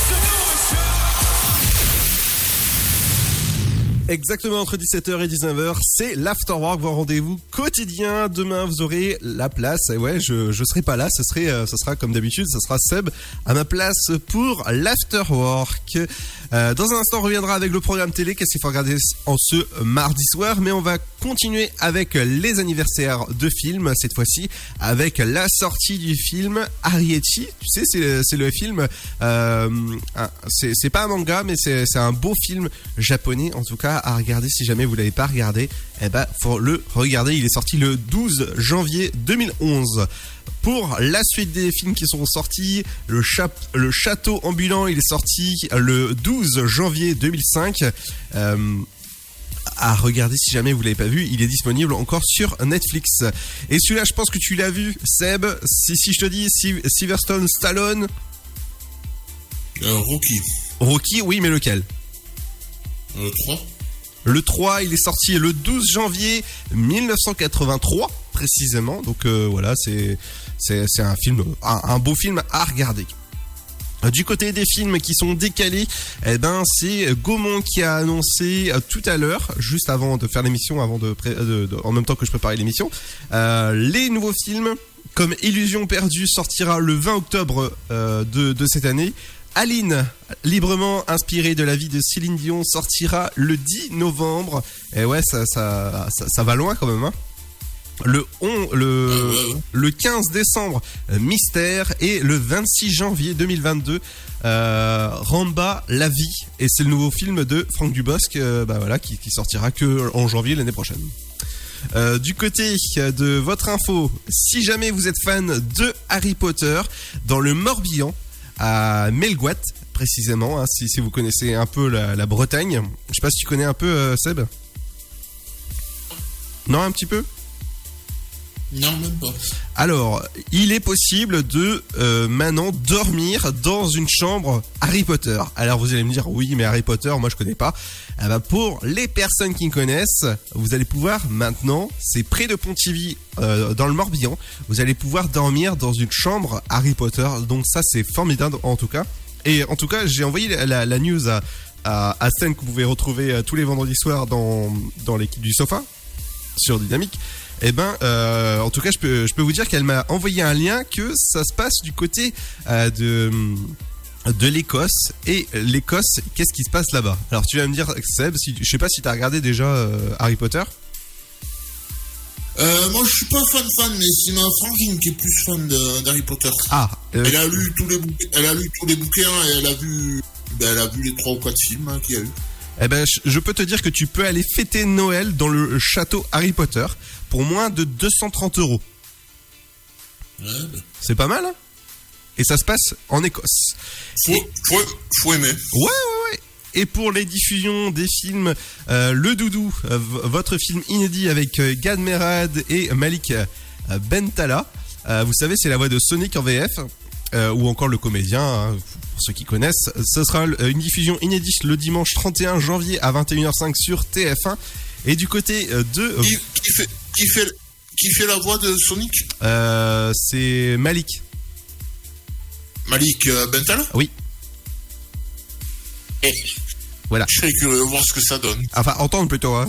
Exactement, entre dix-sept heures et dix-neuf heures, c'est l'Afterwork, votre rendez-vous quotidien. Demain, vous aurez la place. Et ouais, je je serai pas là, ce serait euh, ce sera comme d'habitude, ce sera Seb à ma place pour l'Afterwork. Euh, dans un instant, on reviendra avec le programme télé. Qu'est-ce qu'il faut regarder en ce mardi soir? Mais on va continuer avec les anniversaires de films, cette fois-ci avec la sortie du film Arrietty. Tu sais, c'est c'est le film. Euh, c'est c'est pas un manga, mais c'est c'est un beau film japonais, en tout cas à regarder. Si jamais vous l'avez pas regardé, eh ben faut le regarder. Il est sorti le douze janvier deux mille onze. Pour la suite des films qui sont sortis, le, cha- le Château ambulant, il est sorti le douze janvier deux mille cinq. Euh, à regarder si jamais vous l'avez pas vu, il est disponible encore sur Netflix. Et celui-là, je pense que tu l'as vu, Seb. Si, si je te dis Sylvester Stallone. Euh, Rocky. Rocky, oui, mais lequel? Le trois. Le trois, il est sorti le douze janvier mille neuf cent quatre-vingt-trois, précisément. Donc euh, voilà, c'est, c'est, c'est un film, un, un beau film à regarder. Du côté des films qui sont décalés, eh ben c'est Gaumont qui a annoncé euh, tout à l'heure, juste avant de faire l'émission, avant de, pré- de, de en même temps que je préparais l'émission, euh, les nouveaux films comme Illusion perdue sortira le vingt octobre euh, de, de cette année. Aline, librement inspiré de la vie de Céline Dion, sortira le dix novembre. Et ouais, ça, ça, ça, ça va loin quand même, hein. Le, on, le, le quinze décembre, Mystère, et le vingt-six janvier deux mille vingt-deux, euh, Ramba, la vie. Et c'est le nouveau film de Franck Dubosc, euh, bah voilà, qui, qui sortira que en janvier l'année prochaine. Euh, du côté de votre info, si jamais vous êtes fan de Harry Potter, dans le Morbihan, à Melgoat précisément, hein, si, si vous connaissez un peu la, la Bretagne. Je sais pas si tu connais un peu, euh, Seb. Non, un petit peu. Non, même pas. Alors, il est possible de euh, maintenant dormir dans une chambre Harry Potter. Alors vous allez me dire, oui, mais Harry Potter, moi je connais pas. Eh ben, pour les personnes qui connaissent, vous allez pouvoir maintenant, c'est près de Pontivy, euh, dans le Morbihan, vous allez pouvoir dormir dans une chambre Harry Potter. Donc ça, c'est formidable en tout cas. Et en tout cas, j'ai envoyé la, la, la news à, à, à Stan, que vous pouvez retrouver euh, tous les vendredis soirs dans, dans l'équipe du sofa sur Dynamique. Eh ben, euh, en tout cas, je peux, je peux vous dire qu'elle m'a envoyé un lien que ça se passe du côté euh, de, de l'Écosse. Et l'Écosse, qu'est-ce qui se passe là-bas? Alors, tu vas me dire, Seb, si, je sais pas si t'as regardé déjà euh, Harry Potter. Euh, moi, je suis pas fan fan, mais c'est ma frangine qui est plus fan de, d'Harry Potter. Ah. Euh... Elle a lu tous les bouquins, elle a lu tous les bouquins et elle a vu, ben, elle a vu les trois ou quatre films hein, qu'il y a eu. Eh ben, je peux te dire que tu peux aller fêter Noël dans le château Harry Potter pour moins de deux cent trente euros. Ouais, ben. C'est pas mal, hein? Et ça se passe en Écosse. Faut, Et... faut, faut aimer. Ouais, ouais, ouais. Et pour les diffusions des films, euh, Le Doudou, euh, votre film inédit avec euh, Gad Merad et Malik euh, Bentala. Euh, vous savez, c'est la voix de Sonic en V F, euh, ou encore le comédien, hein, pour ceux qui connaissent. Ce sera une diffusion inédite le dimanche trente et un janvier à vingt et une heures cinq sur T F un. Et du côté de... Qui, qui, fait, qui, fait, qui fait la voix de Sonic? euh, C'est Malik. Malik euh, Bentala? Oui. Et voilà. Je serais curieux de voir ce que ça donne. Enfin, entendre plutôt, hein.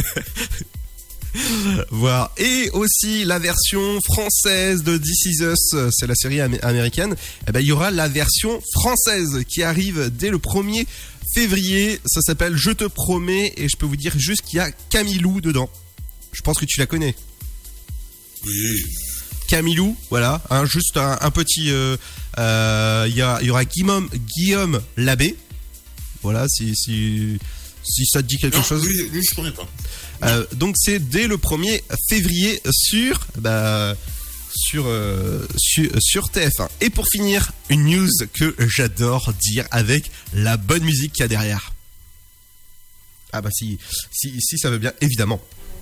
Voir. Et aussi la version française de This Is Us, c'est la série am- américaine. Eh ben, il y aura la version française qui arrive dès le premier février. Ça s'appelle Je te promets, et je peux vous dire juste qu'il y a Camilou dedans. Je pense que tu la connais. Oui. Camilou, voilà, hein, juste un, un petit. Il euh, euh, y, a, y aura Guillaume, Guillaume Labbé. Voilà, si, si, si ça te dit quelque non, chose. Lui, lui je connais pas. Euh, donc c'est dès le premier février sur, bah, sur, euh, sur, sur T F un. Et pour finir, une news que j'adore dire avec la bonne musique qu'il y a derrière. Ah bah si, si, si ça veut bien, évidemment.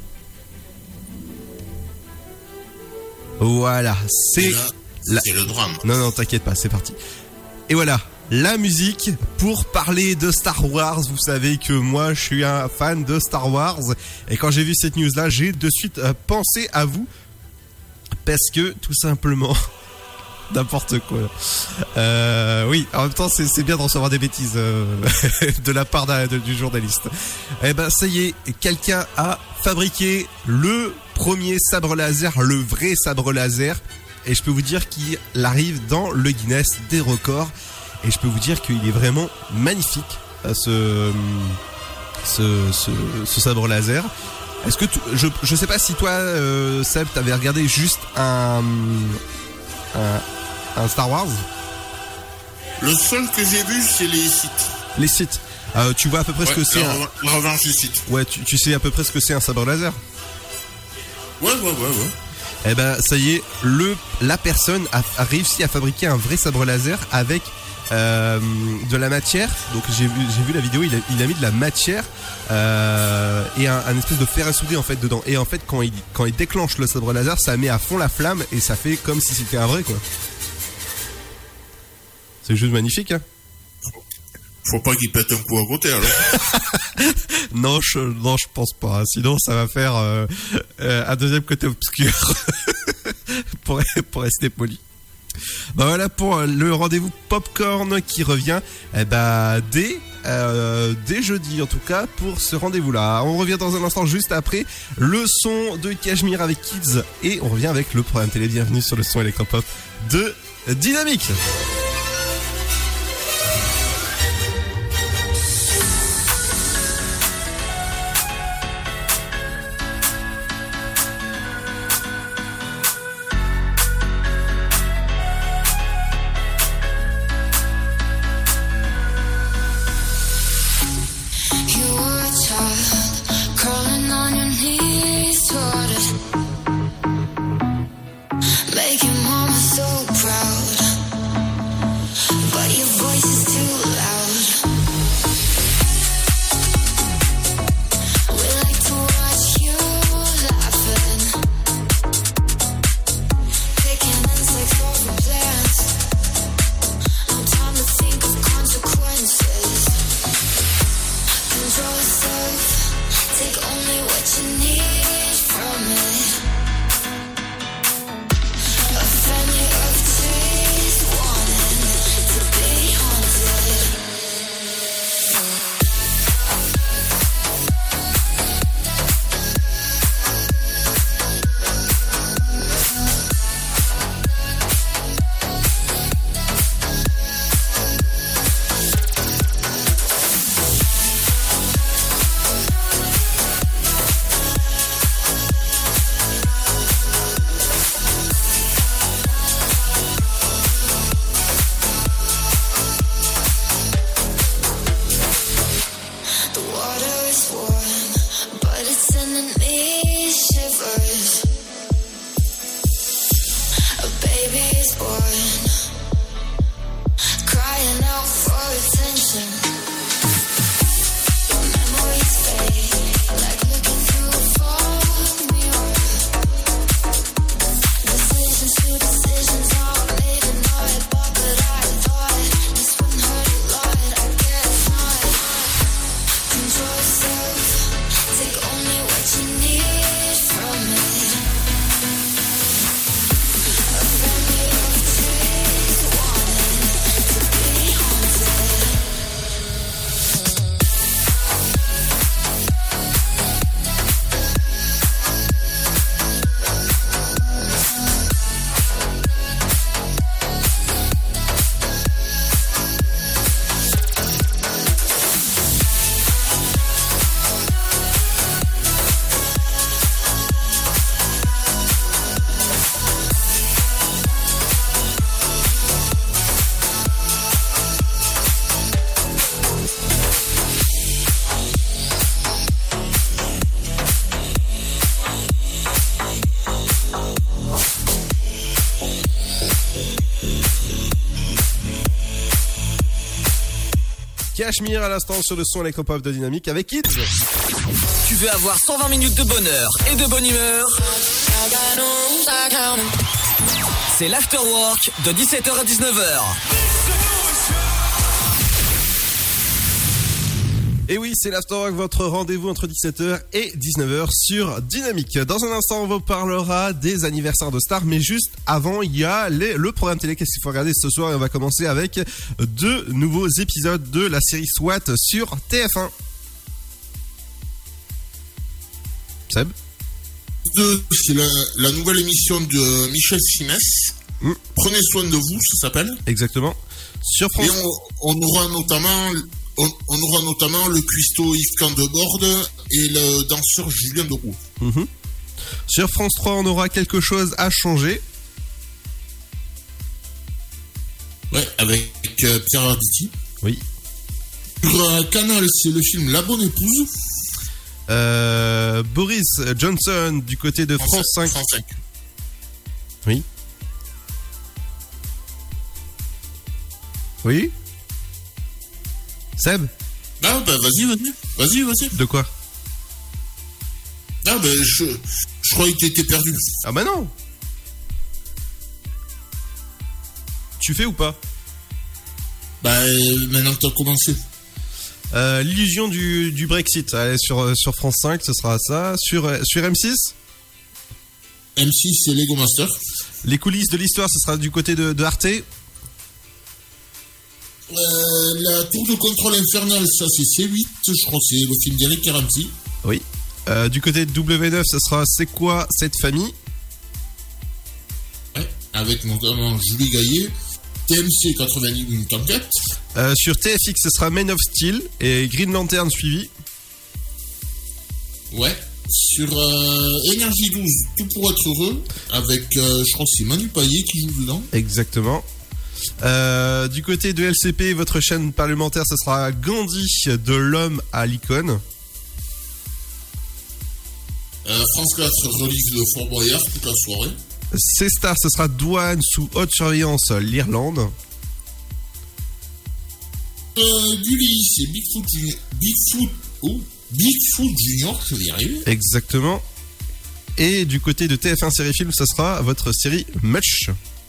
Voilà, c'est... Là, la... c'est le drame. Non, non, t'inquiète pas, c'est parti. Et voilà, la musique pour parler de Star Wars. Vous savez que moi, je suis un fan de Star Wars. Et quand j'ai vu cette news-là, j'ai de suite euh, pensé à vous. Parce que, tout simplement... N'importe quoi. Euh, oui, en même temps, c'est, c'est bien de recevoir des bêtises euh, de la part de, du journaliste. Eh ben, ça y est, quelqu'un a fabriqué le premier sabre laser, le vrai sabre laser. Et je peux vous dire qu'il arrive dans le Guinness des records. Et je peux vous dire qu'il est vraiment magnifique, ce, ce, ce, ce sabre laser. Est-ce que tu, je, je sais pas si toi, euh, Seb, t'avais regardé juste un... un Un Star Wars? Le seul que j'ai vu, c'est les sites. Les sites. Euh, tu vois à peu près ouais, ce que c'est. La, un... la revanche des sites. Ouais, tu, tu sais à peu près ce que c'est un sabre laser. Ouais, ouais, ouais, ouais. Eh ben, ça y est, le, la personne a, a réussi à fabriquer un vrai sabre laser avec euh, de la matière. Donc j'ai vu, j'ai vu la vidéo, il a, il a mis de la matière euh, et un, un espèce de fer à souder en fait dedans. Et en fait, quand il, quand il déclenche le sabre laser, ça met à fond la flamme et ça fait comme si c'était un vrai, quoi. C'est juste magnifique, hein. Faut pas qu'il pète un coup à côté, alors. non, je, non, je pense pas. Hein. Sinon, ça va faire euh, euh, un deuxième côté obscur. pour, pour rester poli. Ben voilà pour le rendez-vous Popcorn qui revient eh ben, dès, euh, dès jeudi, en tout cas, pour ce rendez-vous-là. On revient dans un instant, juste après le son de Cachemire avec Kids. Et on revient avec le programme télé. Bienvenue sur le son électropop de Dynamique. baby is born, crying out for attention. Your memories fade, like looking through a fog mirror. Decisions to decisions all made in our bar, but I thought this wouldn't hurt a lot. I guess not. Control yourself, take only what you need from it. A family of trees wanting to be haunted. Cachemire à l'instant sur le son électropop de Dynamique avec Kids. Tu veux avoir cent vingt minutes de bonheur et de bonne humeur? C'est l'Afterwork de dix-sept heures à dix-neuf heures. Et oui, c'est l'Afterwork, votre rendez-vous entre dix-sept heures et dix-neuf heures sur Dynamique. Dans un instant, on vous parlera des anniversaires de stars, mais juste avant, il y a les, le programme télé. Qu'est-ce qu'il faut regarder ce soir? Et on va commencer avec deux nouveaux épisodes de la série SWAT sur T F un. Seb? C'est la, la nouvelle émission de Michel Simès. Mmh. Prenez soin de vous, ça s'appelle. Exactement. Sur France. Et on, on aura notamment... On, on aura notamment le cuistot Yves Candeborde et le danseur Julien Deroux. Mmh. Sur France trois, on aura quelque chose à changer. Ouais, avec euh, Pierre Arditi. Oui. Sur euh, Canal, c'est le film La Bonne Épouse. Euh, Boris Johnson du côté de France, France cinq. France cinq. Oui. Oui. Seb? Ah bah vas-y, vas-y, vas-y, vas-y. De quoi? Ah bah je, je croyais que t'étais perdu. Ah bah non. Tu fais ou pas? Bah maintenant que t'as commencé. Euh, l'illusion du, du Brexit. Allez, sur, sur France cinq, ce sera ça. Sur, sur M six? M six, c'est Lego Master. Les coulisses de l'histoire, ce sera du côté de, de Arte. Euh, la tour de contrôle infernale, ça c'est C huit, je crois que c'est le film d'Eric Ramsey. Oui. Euh, du côté de W neuf, ça sera C'est quoi cette famille? Ouais, avec notamment Julie Gaillet. T M C quatre-vingt-dix, une enquête. Euh, sur T F X, ce sera Man of Steel et Green Lantern suivi. Ouais. Sur euh, Énergie douze, Tout pour être heureux, avec, euh, je crois que c'est Manu Payet qui joue dedans. Exactement. Euh, du côté de L C P, votre chaîne parlementaire, ce sera Gandhi de l'homme à l'icône. Euh, France quatre, relive de Fort Boyard toute la soirée. C-Star, ce sera Douane sous haute surveillance, l'Irlande. Euh, Gulli, c'est Bigfoot Junior. Bigfoot, oh, Bigfoot Junior, je vais y arriver. Exactement. Et du côté de T F un Série Film, ce sera votre série Much.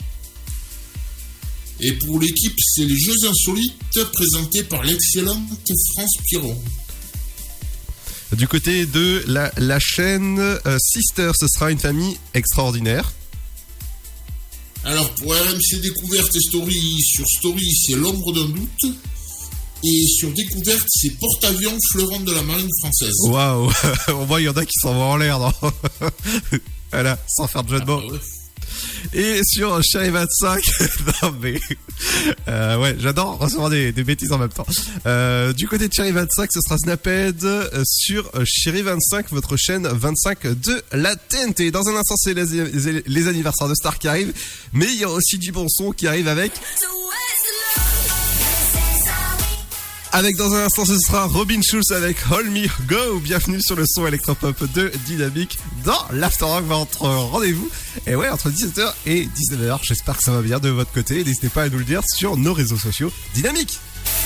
Et pour l'équipe, c'est les Jeux Insolites présentés par l'excellente France Piron. Du côté de la, la chaîne euh, Sister, ce sera Une famille extraordinaire. Alors pour R M C Découverte et Story, sur Story, c'est L'ombre d'un doute. Et sur Découverte, c'est Porte-avions fleurante de la marine française. Waouh. Au moins, il y en a qui s'en vont en l'air, non? Voilà, sans faire de jeu de mots. Ah bah ouais. Et sur Chérie vingt-cinq, non mais euh, ouais, j'adore recevoir des, des bêtises en même temps. Euh, du côté de Chérie vingt-cinq, ce sera Snaphead. Sur Chérie vingt-cinq, votre chaîne vingt-cinq de la T N T. Dans un instant, c'est les, les, les anniversaires de stars qui arrivent, mais il y a aussi du bon son qui arrive avec Avec dans un instant, ce sera Robin Schulz avec Hold Me Go. Bienvenue sur le son électropop de Dynamique dans l'Afterwork, votre rendez-vous. Et ouais, entre dix-sept heures et dix-neuf heures. J'espère que ça va bien de votre côté. N'hésitez pas à nous le dire sur nos réseaux sociaux Dynamique.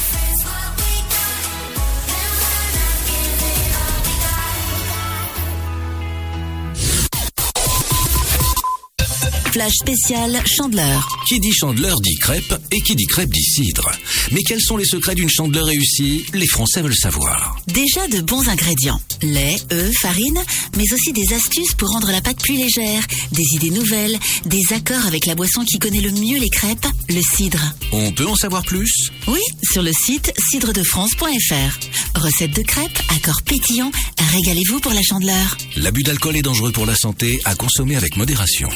Flash spécial Chandeleur. Qui dit Chandeleur dit crêpe et qui dit crêpe dit cidre. Mais quels sont les secrets d'une Chandeleur réussie? Les Français veulent savoir. Déjà de bons ingrédients. Lait, œufs, farine, mais aussi des astuces pour rendre la pâte plus légère, des idées nouvelles, des accords avec la boisson qui connaît le mieux les crêpes, le cidre. On peut en savoir plus? Oui, sur le site cidre de france point f r. Recettes de crêpes, accords pétillants, régalez-vous pour la Chandeleur. L'abus d'alcool est dangereux pour la santé, à consommer avec modération.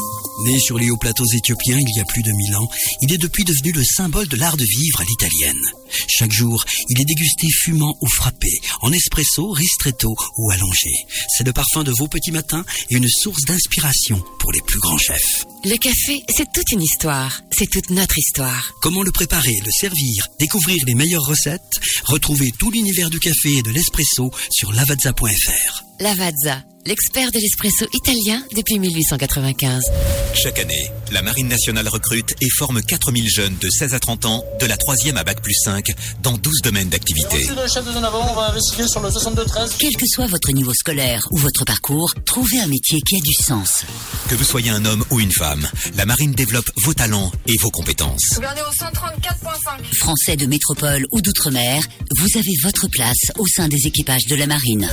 Né sur les hauts plateaux éthiopiens il y a plus de mille ans, il est depuis devenu le symbole de l'art de vivre à l'italienne. Chaque jour, il est dégusté fumant ou frappé, en espresso, ristretto ou allongé. C'est le parfum de vos petits matins et une source d'inspiration pour les plus grands chefs. Le café, c'est toute une histoire. C'est toute notre histoire. Comment le préparer, le servir, découvrir les meilleures recettes? Retrouvez tout l'univers du café et de l'espresso sur lavazza point f r. Lavazza, l'expert de l'espresso italien depuis mille huit cent quatre-vingt-quinze. Chaque année, la Marine nationale recrute et forme quatre mille jeunes de seize à trente ans, de la troisième à bac plus cinq, dans douze domaines d'activité. Merci le chef de zone avant, on va investiguer sur le soixante-deux treize. Quel que soit votre niveau scolaire ou votre parcours, trouvez un métier qui a du sens. Que vous soyez un homme ou une femme, la Marine développe vos talents et vos compétences. Regardez au cent trente-quatre virgule cinq. Français de métropole ou d'outre-mer, vous avez votre place au sein des équipages de la Marine.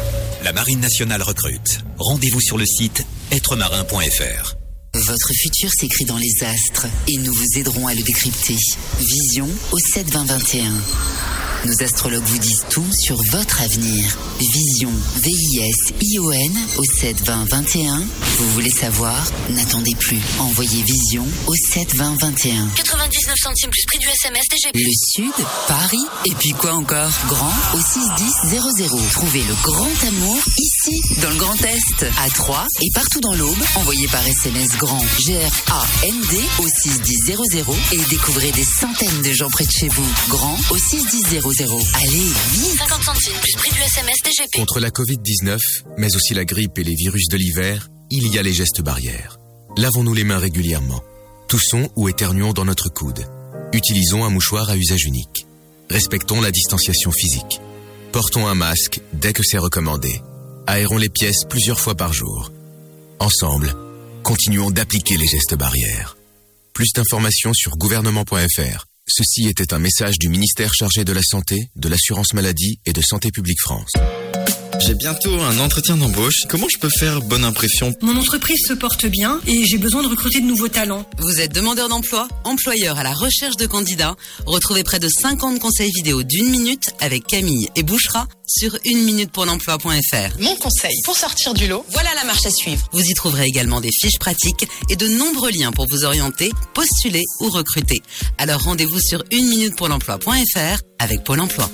La Marine nationale recrute. Rendez-vous sur le site être marin point f r. Votre futur s'écrit dans les astres et nous vous aiderons à le décrypter. Vision au sept vingt vingt et un. Nos astrologues vous disent tout sur votre avenir. Vision, V I S I O N au sept vingt vingt et un. Vous voulez savoir? N'attendez plus. Envoyez Vision au sept vingt vingt et un. quatre-vingt-dix-neuf centimes plus prix du S M S D G P. Le Sud, Paris, et puis quoi encore? Grand au six dix zéro zéro. Trouvez le grand amour ici, dans le Grand Est, à Troyes et partout dans l'Aube. Envoyez par S M S grand G R A N D au six dix zéro zéro et découvrez des centaines de gens près de chez vous. Grand au six dix zéro zéro. Allez, vite! cinquante centimes plus prix du S M S D G P. Contre la covid dix-neuf, mais aussi la grippe et les virus de l'hiver, il y a les gestes barrières. Lavons-nous les mains régulièrement. Toussons ou éternuons dans notre coude. Utilisons un mouchoir à usage unique. Respectons la distanciation physique. Portons un masque dès que c'est recommandé. Aérons les pièces plusieurs fois par jour. Ensemble, continuons d'appliquer les gestes barrières. Plus d'informations sur gouvernement point f r. Ceci était un message du ministère chargé de la Santé, de l'Assurance Maladie et de Santé Publique France. J'ai bientôt un entretien d'embauche. Comment je peux faire bonne impression? Mon entreprise se porte bien et j'ai besoin de recruter de nouveaux talents. Vous êtes demandeur d'emploi, employeur à la recherche de candidats? Retrouvez près de cinquante conseils vidéo d'une minute avec Camille et Bouchra sur une minute pour l'emploi point f r. Mon conseil pour sortir du lot, voilà la marche à suivre. Vous y trouverez également des fiches pratiques et de nombreux liens pour vous orienter, postuler ou recruter. Alors rendez-vous sur une minute pour l'emploi point f r avec Pôle emploi.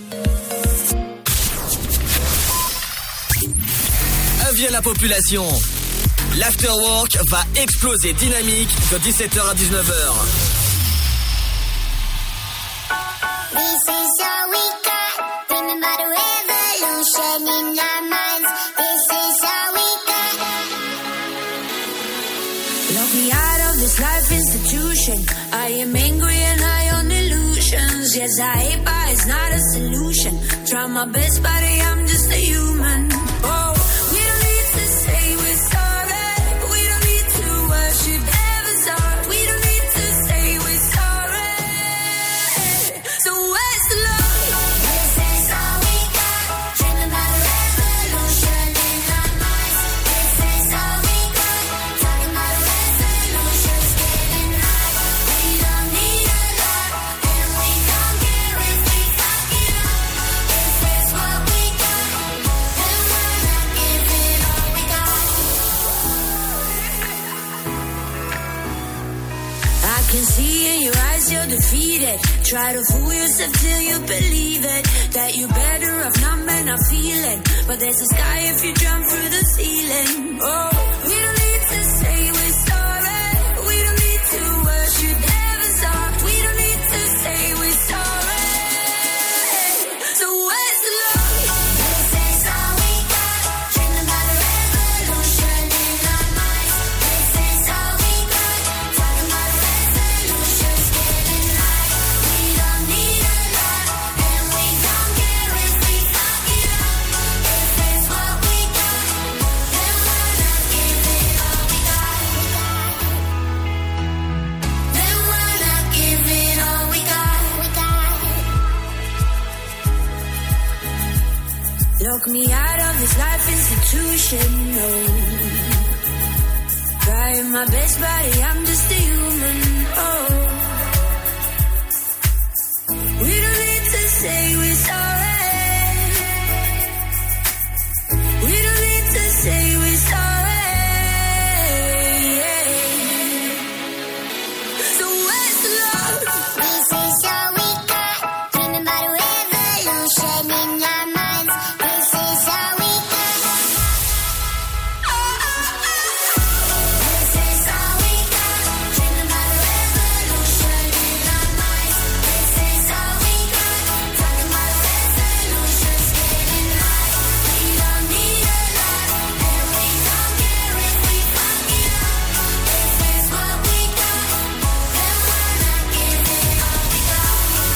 Avis à la population, l'Afterwork va exploser Dynamique de dix-sept heures à dix-neuf heures. This is all we got. Remember the revolution in our minds. This is all we got. Lock me out of this life institution. I am angry and high on illusions. Yes, I hate, but it's not a solution. Try my best, buddy, I'm just a human. Oh. Can see in your eyes you're defeated. Try to fool yourself till you believe it. That you're better off not men not feeling. But there's a sky if you jump through the ceiling. Oh, we don't need to say we're sorry. We don't need to worship heaven's heart. We don't need to say we're sorry. talk me out of this life institution, no. Trying my best, buddy, I'm just a human, oh. We don't need to say we're sorry. We don't need to say we're sorry. So where's the love? This is all we got. Dreaming about a revolution in our minds. This is all we got. This is all we got. Dreaming about a revolution in our minds. This is all we got. Talking about a revolution, getting high. We don't need a lot, and we don't care if we fuck it up. This is what we got, and we're not giving all we got. And we're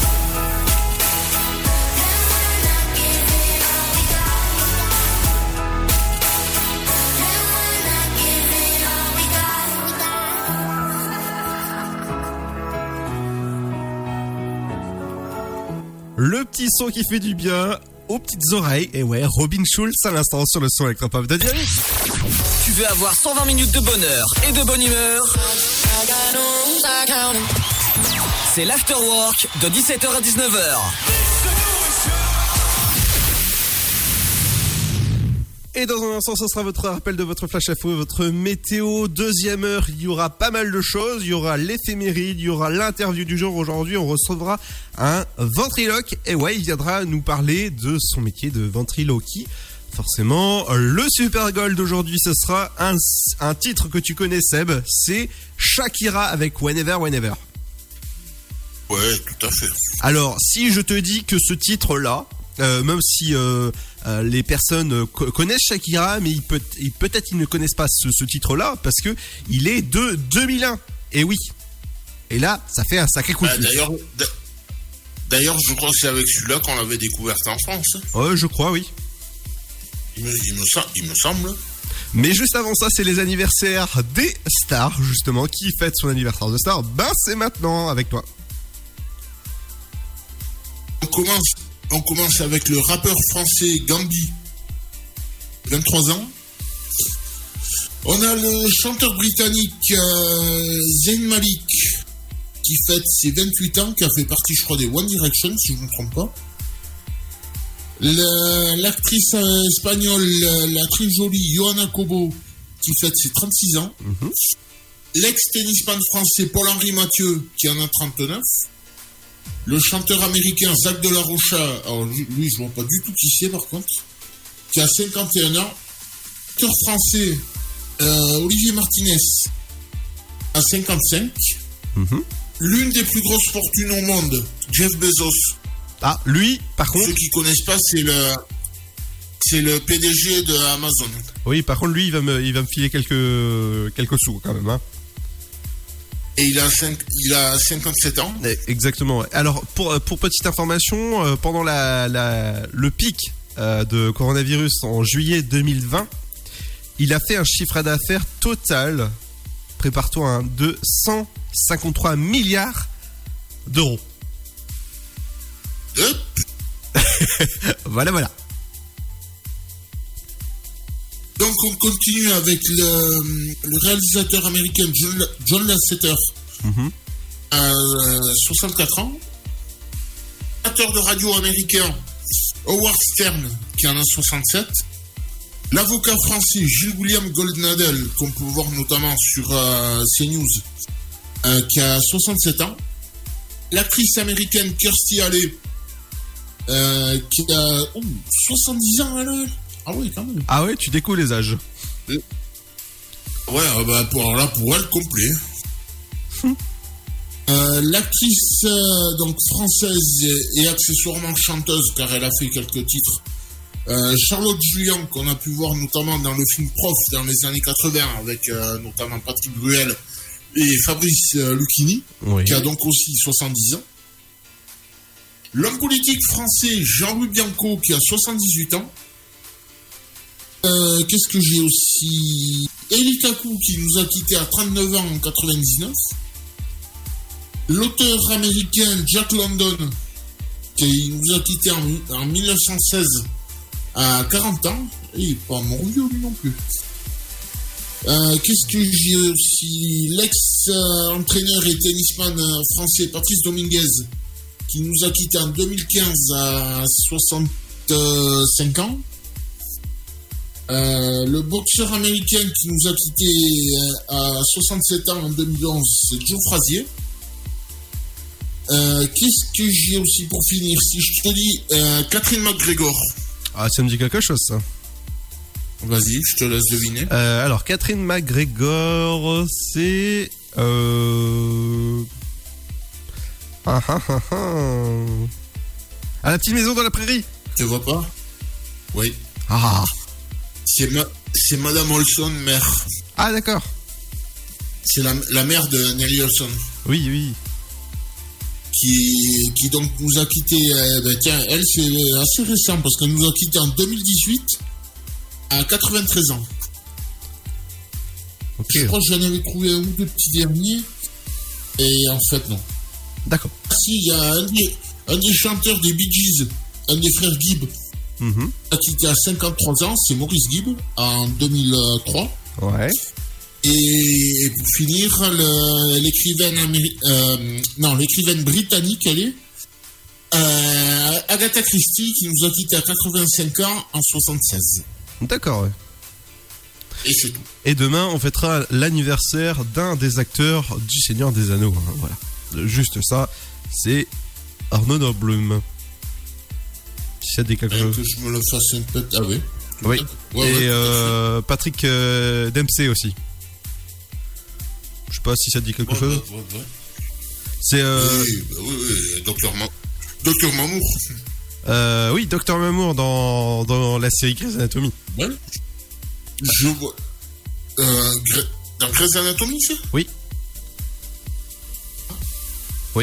not giving all we got. And we're not giving all we got. Le petit son qui fait du bien aux petites oreilles. Et ouais, Robin Schulz à l'instant sur le son électropop de Dynamique. Tu veux avoir cent vingt minutes de bonheur et de bonne humeur? C'est l'Afterwork de dix-sept heures à dix-neuf heures. Et dans un instant, ce sera votre rappel de votre flash info, votre météo. Deuxième heure, il y aura pas mal de choses. Il y aura l'éphéméride, il y aura l'interview du jour. Aujourd'hui, on recevra un ventriloque. Et ouais, il viendra nous parler de son métier de ventriloquie. Forcément, le Super Gold d'aujourd'hui, ce sera un, un titre que tu connais, Seb. C'est Shakira avec Whenever, Whenever. Ouais, tout à fait. Alors, si je te dis que ce titre-là, euh, même si euh, euh, les personnes euh, co- connaissent Shakira, mais ils peut- ils, peut-être ils ne connaissent pas ce, ce titre-là, parce que il est de deux mille un. Et oui. Et là, ça fait un sacré coup de Bah, fil. d'ailleurs, d'a- d'ailleurs, je crois que c'est avec celui-là qu'on l'avait découverte en France. Ouais, je crois, oui. Il me, il me, sem- il me semble. Mais juste avant ça, c'est les anniversaires des stars, justement. Qui fête son anniversaire de star? Ben, c'est maintenant, avec toi. On commence, on commence avec le rappeur français Gambi, vingt-trois ans. On a le chanteur britannique euh, Zayn Malik, qui fête ses vingt-huit ans, qui a fait partie, je crois, des One Direction, si je ne me trompe pas. Le- l'actrice euh, espagnole, euh, la très jolie Johanna Cobo, qui fête ses trente-six ans. Mm-hmm. L'ex-tennisman français Paul-Henri Mathieu, qui en a trente-neuf. Le chanteur américain Zach de la Rocha, alors lui, lui, je vois pas du tout qui c'est par contre, qui a cinquante et un ans. L'acteur français euh, Olivier Martinez a cinquante-cinq. Mm-hmm. L'une des plus grosses fortunes au monde, Jeff Bezos. Ah, lui, par contre... Ceux qui connaissent pas, c'est le, c'est le P D G de Amazon. Oui, par contre, lui, il va me, il va me filer quelques, quelques sous, quand même, hein. Et il a, cinq, il a cinquante-sept ans. Exactement. Alors, pour, pour petite information, euh, pendant la, la, le pic euh, de coronavirus en juillet deux mille vingt, il a fait un chiffre d'affaires total, prépare-toi, hein, de cent cinquante-trois milliards d'euros. Voilà, voilà. Donc on continue avec le, le réalisateur américain John, John Lasseter, mm-hmm. euh, soixante-quatre ans. Animateur de radio américain Howard Stern, qui en a soixante-sept. L'avocat français Gilles William Goldnadel, qu'on peut voir notamment sur euh, CNews, euh, qui a soixante-sept ans. L'actrice américaine Kirstie Alley, euh, qui a oh, soixante-dix ans, elle. Ah oui, quand même. Ah ouais, tu découvres les âges. Ouais, euh, bah, pour, là, pour elle, complet. euh, l'actrice euh, donc française et, et accessoirement chanteuse, car elle a fait quelques titres, euh, Charlotte Julien, qu'on a pu voir notamment dans le film Prof dans les années quatre-vingts, avec euh, notamment Patrick Bruel et Fabrice euh, Lucchini, oui. Qui a donc aussi soixante-dix ans. L'homme politique français Jean-Louis Bianco, qui a soixante-dix-huit ans. Euh, qu'est-ce que j'ai aussi? Eli Kaku, qui nous a quittés à trente-neuf ans en quatre-vingt-dix-neuf. L'auteur américain Jack London, qui nous a quittés en, en mille neuf cent seize à quarante ans. Il n'est pas mort vieux, lui non plus. Euh, qu'est-ce que j'ai aussi? L'ex-entraîneur et tennisman français Patrice Dominguez, qui nous a quittés en deux mille quinze à soixante-cinq ans. Euh, le boxeur américain qui nous a quittés à soixante-sept ans en deux mille onze, c'est Joe Frazier. Euh, qu'est-ce que j'ai aussi pour finir? Si je te dis euh, Catherine McGregor. Ah, ça me dit quelque chose, ça. Vas-y, je te laisse deviner. Euh, alors, Catherine McGregor, c'est... Euh... Ah, ah, ah, ah. À la petite maison dans la prairie. Tu vois pas? Oui. Ah. C'est, ma... c'est Madame Olson, mère. Ah, d'accord. C'est la, la mère de Nelly Olson. Oui, oui. Qui, qui donc nous a quittés... Euh, ben tiens, elle, c'est assez récent, parce qu'elle nous a quittés en deux mille dix-huit... à quatre-vingt-treize ans. Okay. Je crois que j'en avais trouvé un ou deux petits derniers. Et en fait, non. D'accord. Si, il y a un des, un des chanteurs des Bee Gees, un des frères Gibb, mm-hmm. a quitté à cinquante-trois ans, c'est Maurice Gibb, en deux mille trois. Ouais. Et pour finir, le, l'écrivaine, améri- euh, non, l'écrivaine britannique, elle est euh, Agatha Christie, qui nous a quitté à quatre-vingt-cinq ans en soixante-seize. D'accord, ouais. Et c'est tout. Et demain, on fêtera l'anniversaire d'un des acteurs du Seigneur des Anneaux. Hein, voilà. Juste ça, c'est Arnaud Noblum. Si ça dit quelque chose. Que je me le fasse un peu. Ah oui. Oui. Ouais, et ouais, euh, Patrick euh, Dempsey aussi. Je sais pas si ça dit quelque ouais, chose. Ouais, ouais, ouais. C'est. Euh... Oui, bah oui, oui, Docteur Ma... Docteur Mamour. Euh, oui, Docteur Mamour dans, dans la série Grey's Anatomy. Ouais. Je vois. Euh, Grey... Dans Grey's Anatomy, ça? Oui. Oui.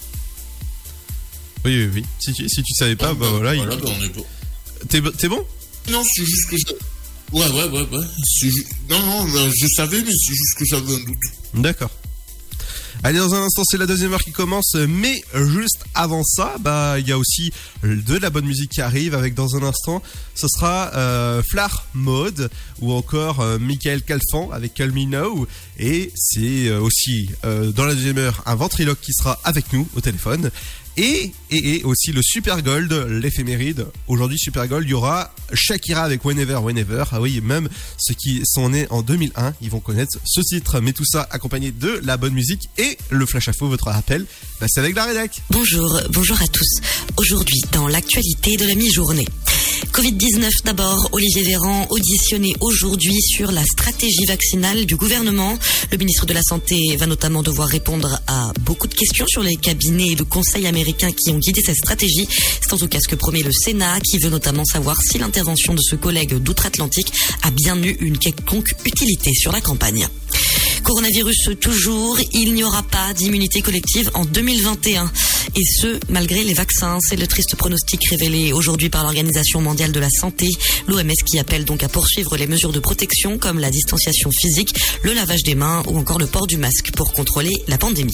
Oui, oui, oui. Si tu, si tu savais pas, ah, bah, bah voilà. voilà il... bah, on est bon. T'es, t'es bon? Non, c'est juste que je. Ouais, ouais, ouais, ouais. C'est ju... Non, non, bah, je savais, mais c'est juste que j'avais un doute. D'accord. Allez, dans un instant, c'est la deuxième heure qui commence, mais juste avant ça, bah, il y a aussi de la bonne musique qui arrive avec, dans un instant, ce sera euh, Flar Mode ou encore euh, Michael Calfan avec Call Me Now, et c'est euh, aussi euh, dans la deuxième heure un ventriloque qui sera avec nous au téléphone. Et, et, et aussi le Super Gold, l'éphéméride. Aujourd'hui, Super Gold, il y aura Shakira avec Whenever, Whenever. Ah oui, même ceux qui sont nés en deux mille un, ils vont connaître ce titre. Mais tout ça accompagné de la bonne musique et le flash info, votre rappel, bah c'est avec la rédac. Bonjour, bonjour à tous. Aujourd'hui, dans l'actualité de la mi-journée. covid dix-neuf d'abord, Olivier Véran auditionné aujourd'hui sur la stratégie vaccinale du gouvernement. Le ministre de la Santé va notamment devoir répondre à beaucoup de questions sur les cabinets et le conseil américain qui ont guidé cette stratégie. C'est en tout cas ce que promet le Sénat, qui veut notamment savoir si l'intervention de ce collègue d'outre-Atlantique a bien eu une quelconque utilité sur la campagne. Coronavirus toujours, il n'y aura pas d'immunité collective en deux mille vingt et un. Et ce, malgré les vaccins. C'est le triste pronostic révélé aujourd'hui par l'Organisation mondiale de la santé, l'O M S, qui appelle donc à poursuivre les mesures de protection comme la distanciation physique, le lavage des mains ou encore le port du masque pour contrôler la pandémie.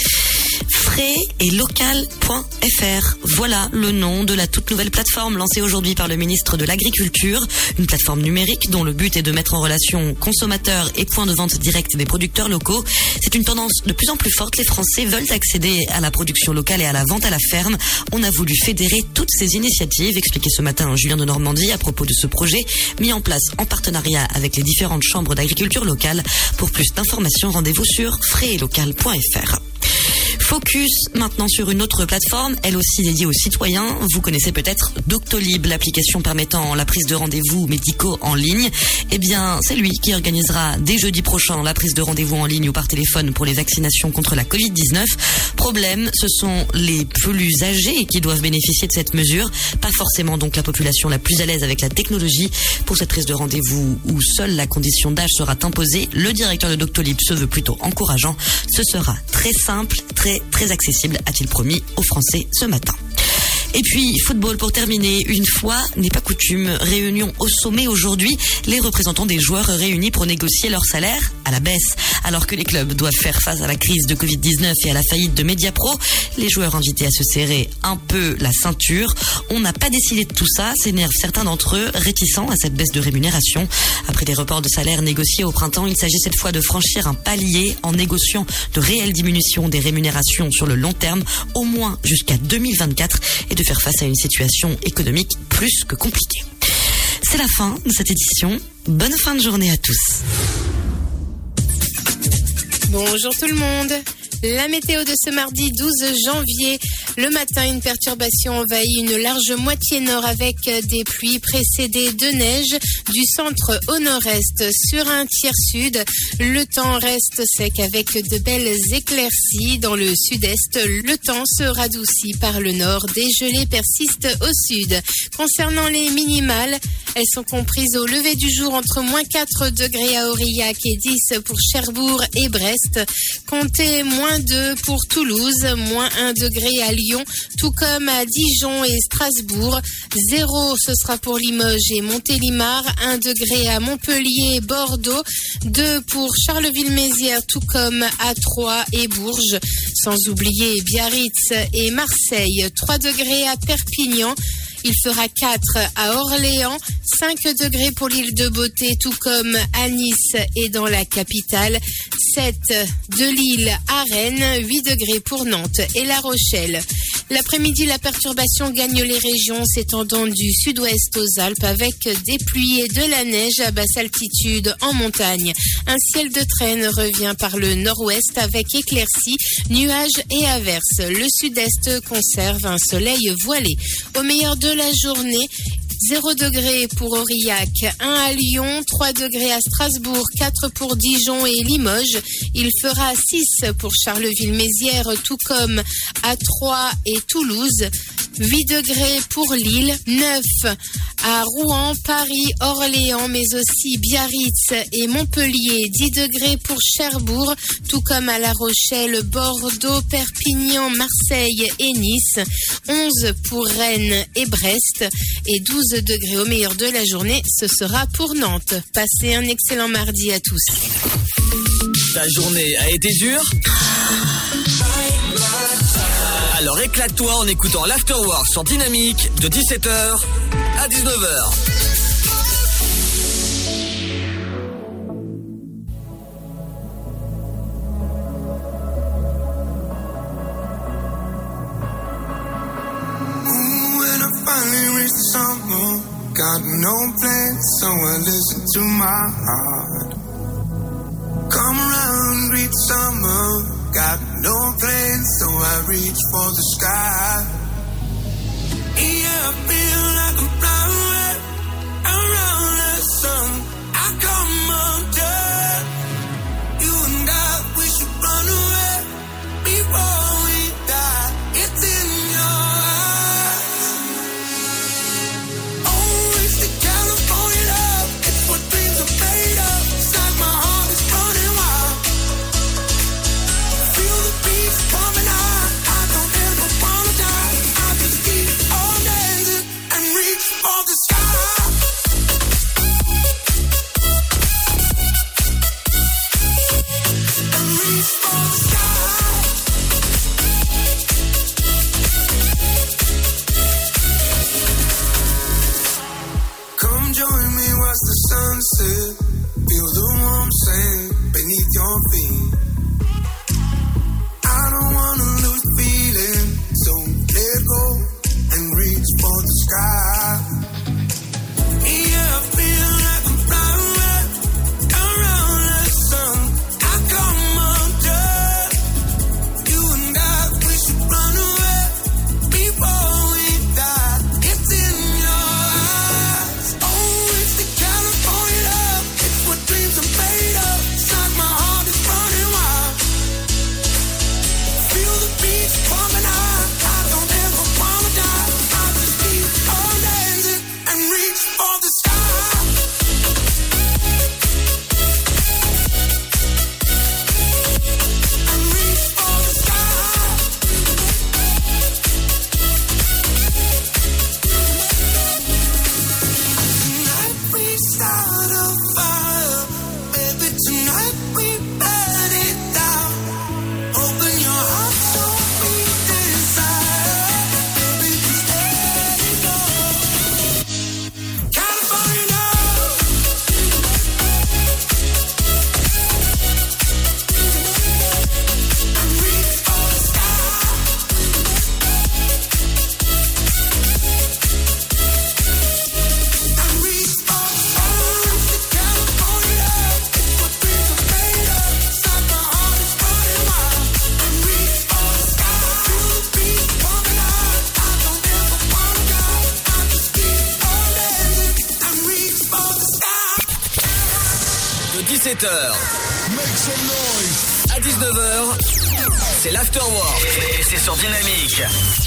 frais et local point f r. Voilà le nom de la toute nouvelle plateforme lancée aujourd'hui par le ministre de l'Agriculture. Une plateforme numérique dont le but est de mettre en relation consommateurs et points de vente directs des producteurs locaux. C'est une tendance de plus en plus forte. Les Français veulent accéder à la production locale et à la vente à la ferme. On a voulu fédérer toutes ces initiatives, expliquait ce matin Julien de Normandie à propos de ce projet mis en place en partenariat avec les différentes chambres d'agriculture locale. Pour plus d'informations, rendez-vous sur frais et local point f r. Focus maintenant sur une autre plateforme, elle aussi dédiée aux citoyens. Vous connaissez peut-être Doctolib, l'application permettant la prise de rendez-vous médicaux en ligne. Eh bien, c'est lui qui organisera dès jeudi prochain la prise de rendez-vous en ligne ou par téléphone pour les vaccinations contre la covid dix-neuf. Problème, ce sont les plus âgés qui doivent bénéficier de cette mesure. Pas forcément donc la population la plus à l'aise avec la technologie. Pour cette prise de rendez-vous où seule la condition d'âge sera imposée, le directeur de Doctolib se veut plutôt encourageant. Ce sera très simple, très très accessible, a-t-il promis aux Français ce matin. Et puis, football pour terminer. Une fois n'est pas coutume. Réunion au sommet aujourd'hui. Les représentants des joueurs réunis pour négocier leur salaire à la baisse. Alors que les clubs doivent faire face à la crise de covid dix-neuf et à la faillite de Mediapro, les joueurs invités à se serrer un peu la ceinture. On n'a pas décidé de tout ça. S'énervent certains d'entre eux, réticents à cette baisse de rémunération. Après des reports de salaire négociés au printemps, il s'agit cette fois de franchir un palier en négociant de réelles diminutions des rémunérations sur le long terme, au moins jusqu'à deux mille vingt-quatre, et de faire face à une situation économique plus que compliquée. C'est la fin de cette édition. Bonne fin de journée à tous. Bonjour tout le monde. La météo de ce mardi douze janvier. Le matin, une perturbation envahit une large moitié nord avec des pluies précédées de neige du centre au nord-est. Sur un tiers sud, le temps reste sec avec de belles éclaircies. Dans le sud-est, le temps se radoucit par le nord. Des gelées persistent au sud. Concernant les minimales, elles sont comprises au lever du jour entre moins quatre degrés à Aurillac et dix pour Cherbourg et Brest. Comptez moins deux pour Toulouse, moins un degré à Lyon, tout comme à Dijon et Strasbourg. zéro, ce sera pour Limoges et Montélimar, un degré à Montpellier et Bordeaux, deux pour Charleville-Mézières, tout comme à Troyes et Bourges, sans oublier Biarritz et Marseille, trois degrés à Perpignan. Il fera quatre à Orléans, cinq degrés pour l'île de Beauté, tout comme à Nice et dans la capitale, sept de Lille à Rennes, huit degrés pour Nantes et La Rochelle. L'après-midi, la perturbation gagne les régions s'étendant du sud-ouest aux Alpes avec des pluies et de la neige à basse altitude en montagne. Un ciel de traîne revient par le nord-ouest avec éclaircies, nuages et averses. Le sud-est conserve un soleil voilé. Au meilleur de la journée, zéro degré pour Aurillac, un à Lyon, trois degrés à Strasbourg, quatre pour Dijon et Limoges. Il fera six pour Charleville-Mézières, tout comme à Troyes et Toulouse. huit degrés pour Lille, neuf à Rouen, Paris, Orléans, mais aussi Biarritz et Montpellier. dix degrés pour Cherbourg, tout comme à La Rochelle, Bordeaux, Perpignan, Marseille et Nice. onze pour Rennes et Brest. Et douze degrés au meilleur de la journée, ce sera pour Nantes. Passez un excellent mardi à tous. Ta journée a été dure ? Alors éclate-toi en écoutant l'Afterwork sur Dynamique de dix-sept heures à dix-neuf heures. Finally reached the summer, got no plans, so I listen to my heart. Come around, reach summer, got no plans, so I reach for the sky. Yeah, I feel like I'm flying around the sun. I come undone. You and I, we should run away before we die. It's in your eyes. California love, it's what dreams are made of. It's like my heart is running wild. Feel the beats coming on. I don't ever wanna die. I just keep on dancing and reach for the sky. And reach for the sky. Come join me, watch the sunset. Feel the warm sand beneath your feet. I don't wanna lose feeling, so let go and reach for the sky. Yeah, I feel like I'm flying around the sun. I come undone. dix-sept heures. À dix-neuf heures, c'est l'Afterwork. Et c'est sur Dynamique.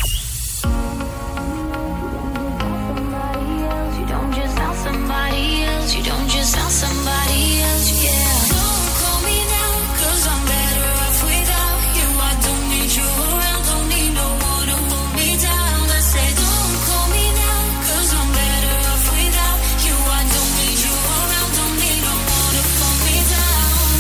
You don't just sound somebody else. You don't just sound somebody else. Yeah. Don't call me now, 'cause I'm better off without you. I don't need you around. Don't need no one to hold me down. I say don't call me now, 'cause I'm better off without you. I don't need you around. Don't need no one to hold me down.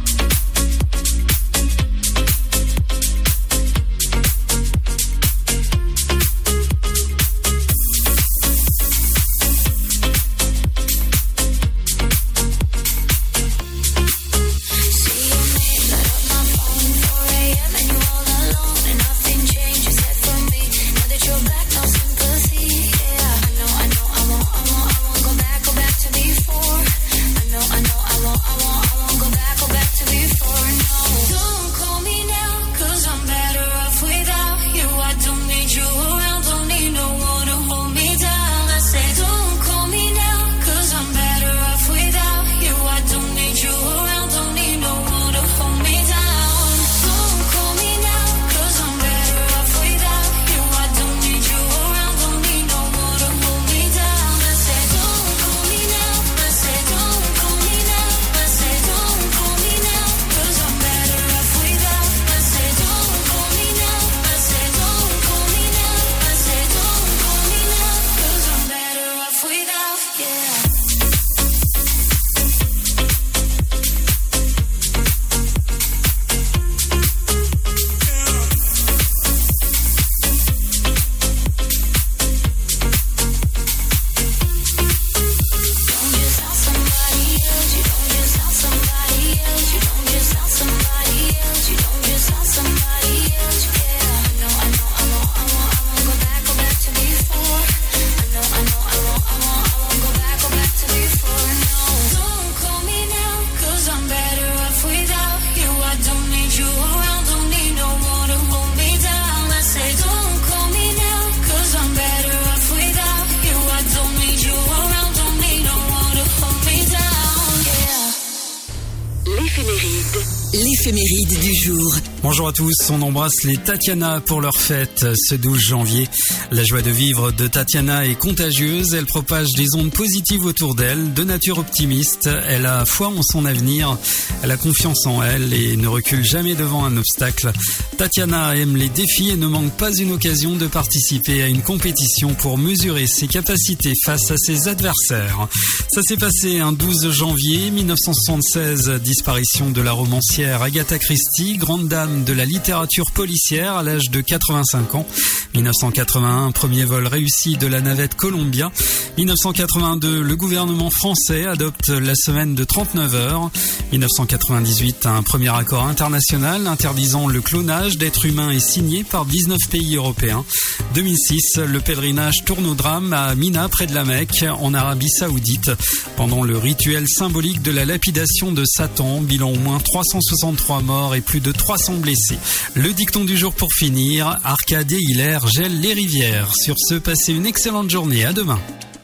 L'éphéméride du jour. Bonjour à tous, on embrasse les Tatiana pour leur fête ce douze janvier. La joie de vivre de Tatiana est contagieuse, elle propage des ondes positives autour d'elle, de nature optimiste, elle a foi en son avenir, elle a confiance en elle et ne recule jamais devant un obstacle. Tatiana aime les défis et ne manque pas une occasion de participer à une compétition pour mesurer ses capacités face à ses adversaires. Ça s'est passé un douze janvier mille neuf cent soixante-seize, disparition de la romancière Agatha Christie, grande dame de la littérature policière à l'âge de quatre-vingt-cinq ans. mille neuf cent quatre-vingt-un, premier vol réussi de la navette Columbia. mille neuf cent quatre-vingt-deux, le gouvernement français adopte la semaine de trente-neuf heures. mille neuf cent quatre-vingt-dix-huit, un premier accord international interdisant le clonage d'êtres humains est signé par dix-neuf pays européens. deux mille six, le pèlerinage tourne au drame à Mina, près de la Mecque, en Arabie Saoudite. Pendant le rituel symbolique de la lapidation de Satan, bilan au moins trois cent soixante-trois morts et plus de trois cents blessés. Le dicton du jour pour finir, Arcade et Hilaire gèlent les rivières. Sur ce, passez une excellente journée, à demain.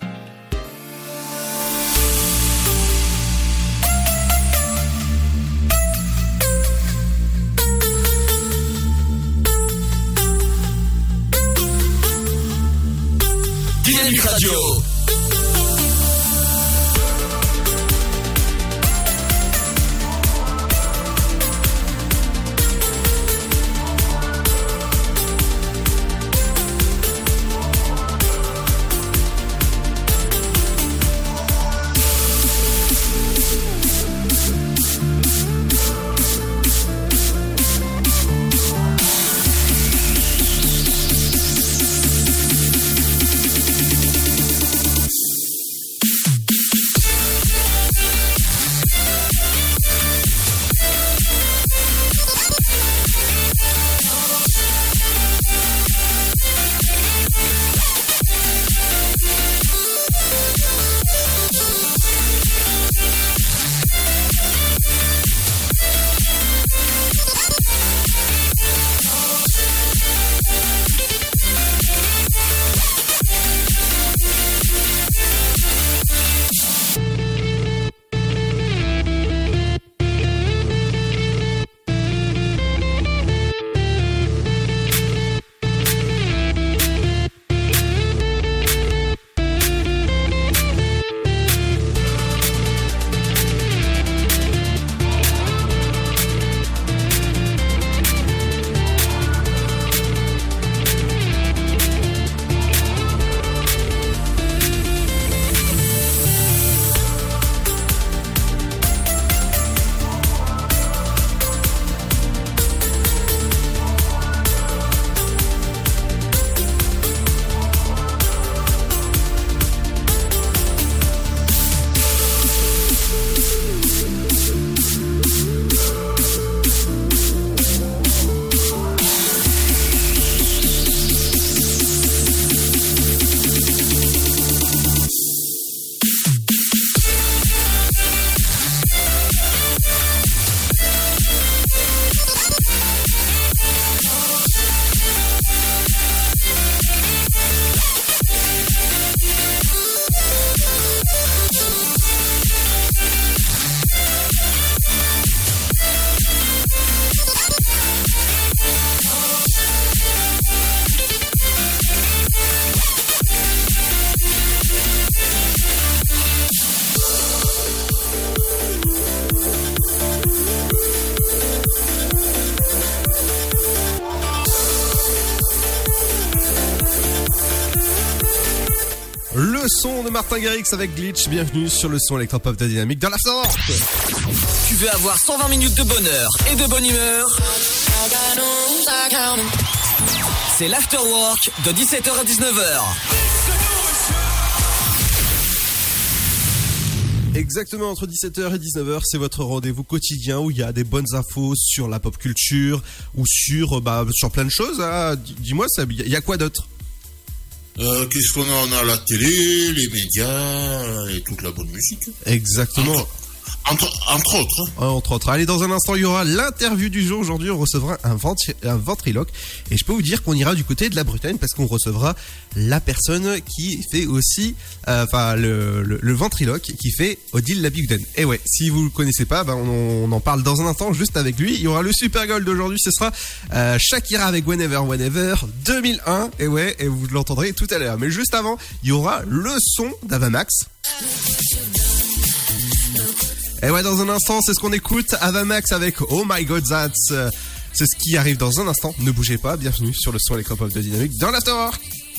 Dynamique Radio. le son de Martin Garrix avec Glitch. Bienvenue sur le son électropop de Dynamique dans l'Afterwork. Tu veux avoir cent vingt minutes de bonheur et de bonne humeur? C'est l'Afterwork de dix-sept heures à dix-neuf heures. Exactement, entre dix-sept heures et dix-neuf heures, c'est votre rendez-vous quotidien où il y a des bonnes infos sur la pop culture ou sur, bah, sur plein de choses. Hein. Dis-moi, il y a quoi d'autre? Euh, qu'est-ce qu'on a? On a la télé, les médias et toute la bonne musique. Exactement. Entre, entre, entre autres. Ah, entre autres. Allez, dans un instant, il y aura l'interview du jour. Aujourd'hui, on recevra un, ventri- un ventriloque. Et je peux vous dire qu'on ira du côté de la Bretagne parce qu'on recevra la personne qui fait aussi, enfin, euh, le, le, le ventriloque qui fait Odile Labigden. Et ouais, si vous le connaissez pas, ben, on, on en parle dans un instant juste avec lui. Il y aura le Super Gold d'aujourd'hui. Ce sera euh, Shakira avec Whenever, Whenever deux mille un. Et ouais, et vous l'entendrez tout à l'heure. Mais juste avant, il y aura le son d'Avamax. Et ouais, dans un instant, c'est ce qu'on écoute. Avamax avec Oh My God That's. C'est ce qui arrive dans un instant. Ne bougez pas. Bienvenue sur le son électropop de Dynamique dans l'Afterwork.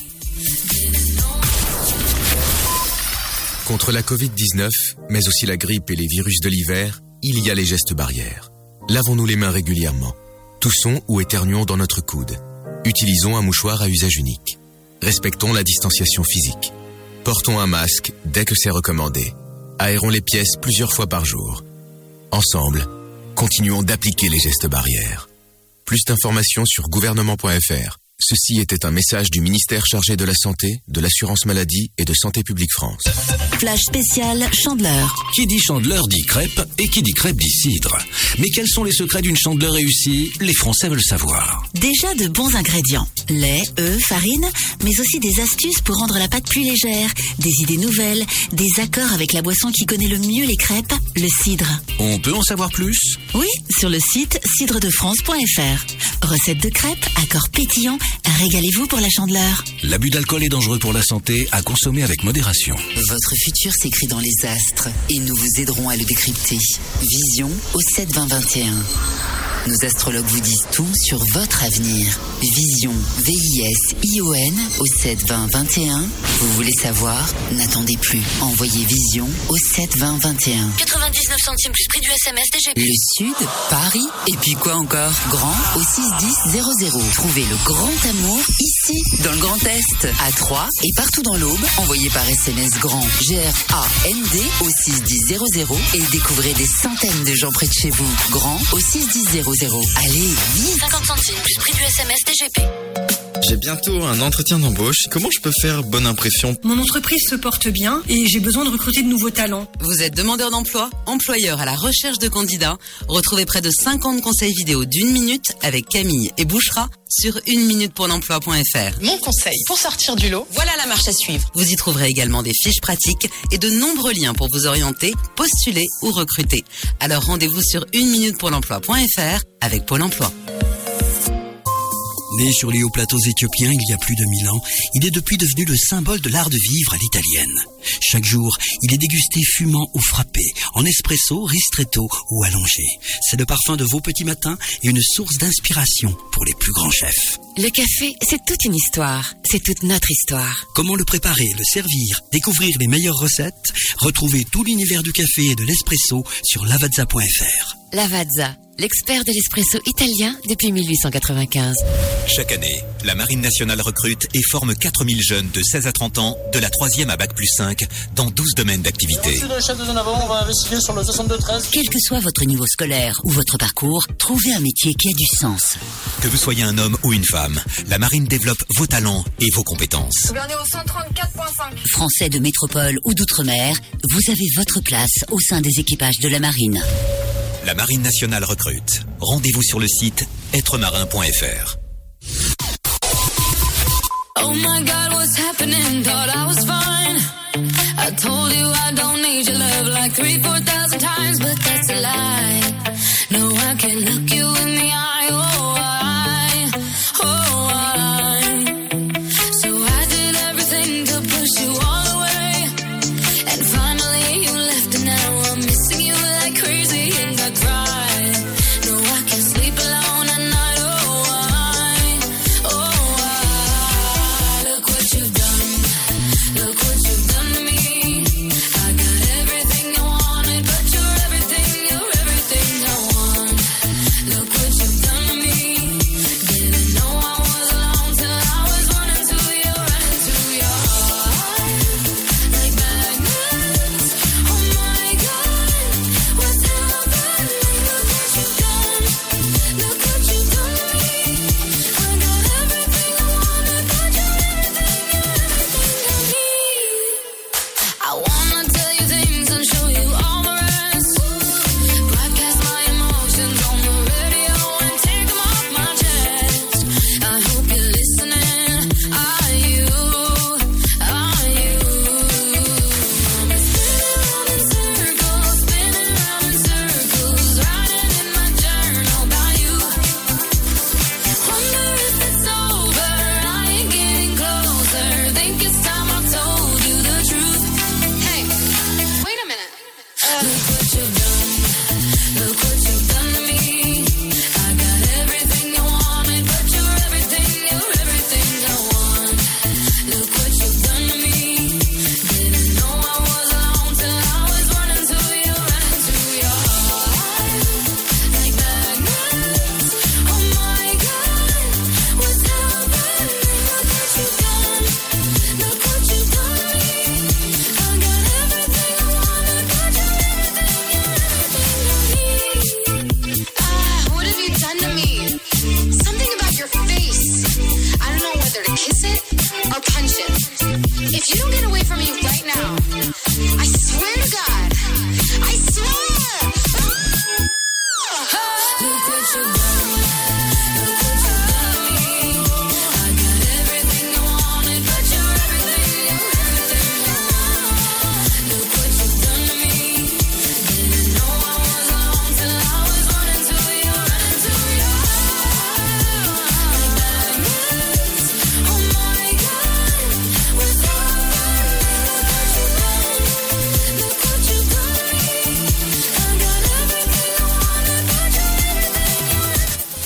Contre la covid dix-neuf, mais aussi la grippe et les virus de l'hiver, il y a les gestes barrières. Lavons-nous les mains régulièrement. Toussons ou éternuons dans notre coude. Utilisons un mouchoir à usage unique. Respectons la distanciation physique. Portons un masque dès que c'est recommandé. Aérons les pièces plusieurs fois par jour. Ensemble, continuons d'appliquer les gestes barrières. Plus d'informations sur gouvernement point f r. Ceci était un message du ministère chargé de la Santé, de l'Assurance Maladie et de Santé Publique France. Flash spécial Chandeleur. Qui dit Chandeleur dit crêpe et qui dit crêpe dit cidre. Mais quels sont les secrets d'une Chandeleur réussie? Les Français veulent savoir. Déjà de bons ingrédients. Lait, œufs, farine, mais aussi des astuces pour rendre la pâte plus légère, des idées nouvelles, des accords avec la boisson qui connaît le mieux les crêpes, le cidre. On peut en savoir plus? Oui, sur le site cidre de france point f r. Recettes de crêpes, accords pétillants, régalez-vous pour la Chandeleur. L'abus d'alcool est dangereux pour la santé, à consommer avec modération. Votre futur s'écrit dans les astres et nous vous aiderons à le décrypter. Vision au sept vingt vingt et un. Nos astrologues vous disent tout sur votre avenir. Vision, V I S I O N au sept vingt vingt et un. Vous voulez savoir? N'attendez plus. Envoyez Vision au sept vingt vingt et un. quatre-vingt-dix-neuf centimes plus prix du S M S D G P. Le Sud, Paris, et puis quoi encore? Grand au six dix zéro zéro. Trouvez le grand amour ici, dans le Grand Est, à Troyes et partout dans l'Aube. Envoyez par S M S grand G R A N D au six dix zéro zéro et découvrez des centaines de gens près de chez vous. Grand au six dix zéro zéro. Allez, vite! cinquante centimes plus prix du S M S D G P. J'ai bientôt un entretien d'embauche. Comment je peux faire bonne impression? Mon entreprise se porte bien et j'ai besoin de recruter de nouveaux talents. Vous êtes demandeur d'emploi, employeur à la recherche de candidats. Retrouvez près de cinquante conseils vidéo d'une minute avec Camille et Bouchra sur une minute pour l'emploi point f r. Mon conseil pour sortir du lot, voilà la marche à suivre. Vous y trouverez également des fiches pratiques et de nombreux liens pour vous orienter, postuler ou recruter. Alors rendez-vous sur une minute pour l'emploi point f r avec Pôle emploi. Né sur les hauts plateaux éthiopiens il y a plus de mille ans, il est depuis devenu le symbole de l'art de vivre à l'italienne. Chaque jour, il est dégusté fumant ou frappé, en espresso, ristretto ou allongé. C'est le parfum de vos petits matins et une source d'inspiration pour les plus grands chefs. Le café, c'est toute une histoire. C'est toute notre histoire. Comment le préparer, le servir, découvrir les meilleures recettes? Retrouvez tout l'univers du café et de l'espresso sur lavazza point f r. Lavazza, l'expert de l'espresso italien depuis mille huit cent quatre-vingt-quinze. Chaque année, la Marine nationale recrute et forme quatre mille jeunes de seize à trente ans, de la troisième à bac plus cinq, dans douze domaines d'activité. Le chef de zone avant, on va investiguer sur le soixante-deux treize. Quel que soit votre niveau scolaire ou votre parcours, trouvez un métier qui a du sens. Que vous soyez un homme ou une femme, la Marine développe vos talents et vos compétences. Gouverneur au cent trente-quatre virgule cinq. Français de métropole ou d'outre-mer, vous avez votre place au sein des équipages de la Marine. La Marine nationale recrute. Rendez-vous sur le site être marin point f r. Oh my God, what's happening? Thought I was fine. I told you I don't need your love like three, four thousand times, but that's a lie. No, I can't look you in the eye. Oh, I, oh, I. So I did everything to push you all away, and finally you left, and now I'm missing you like crazy, and I cry. No, I can't sleep alone at night. Oh, I, oh, I. Look what you've done. Look what you've done.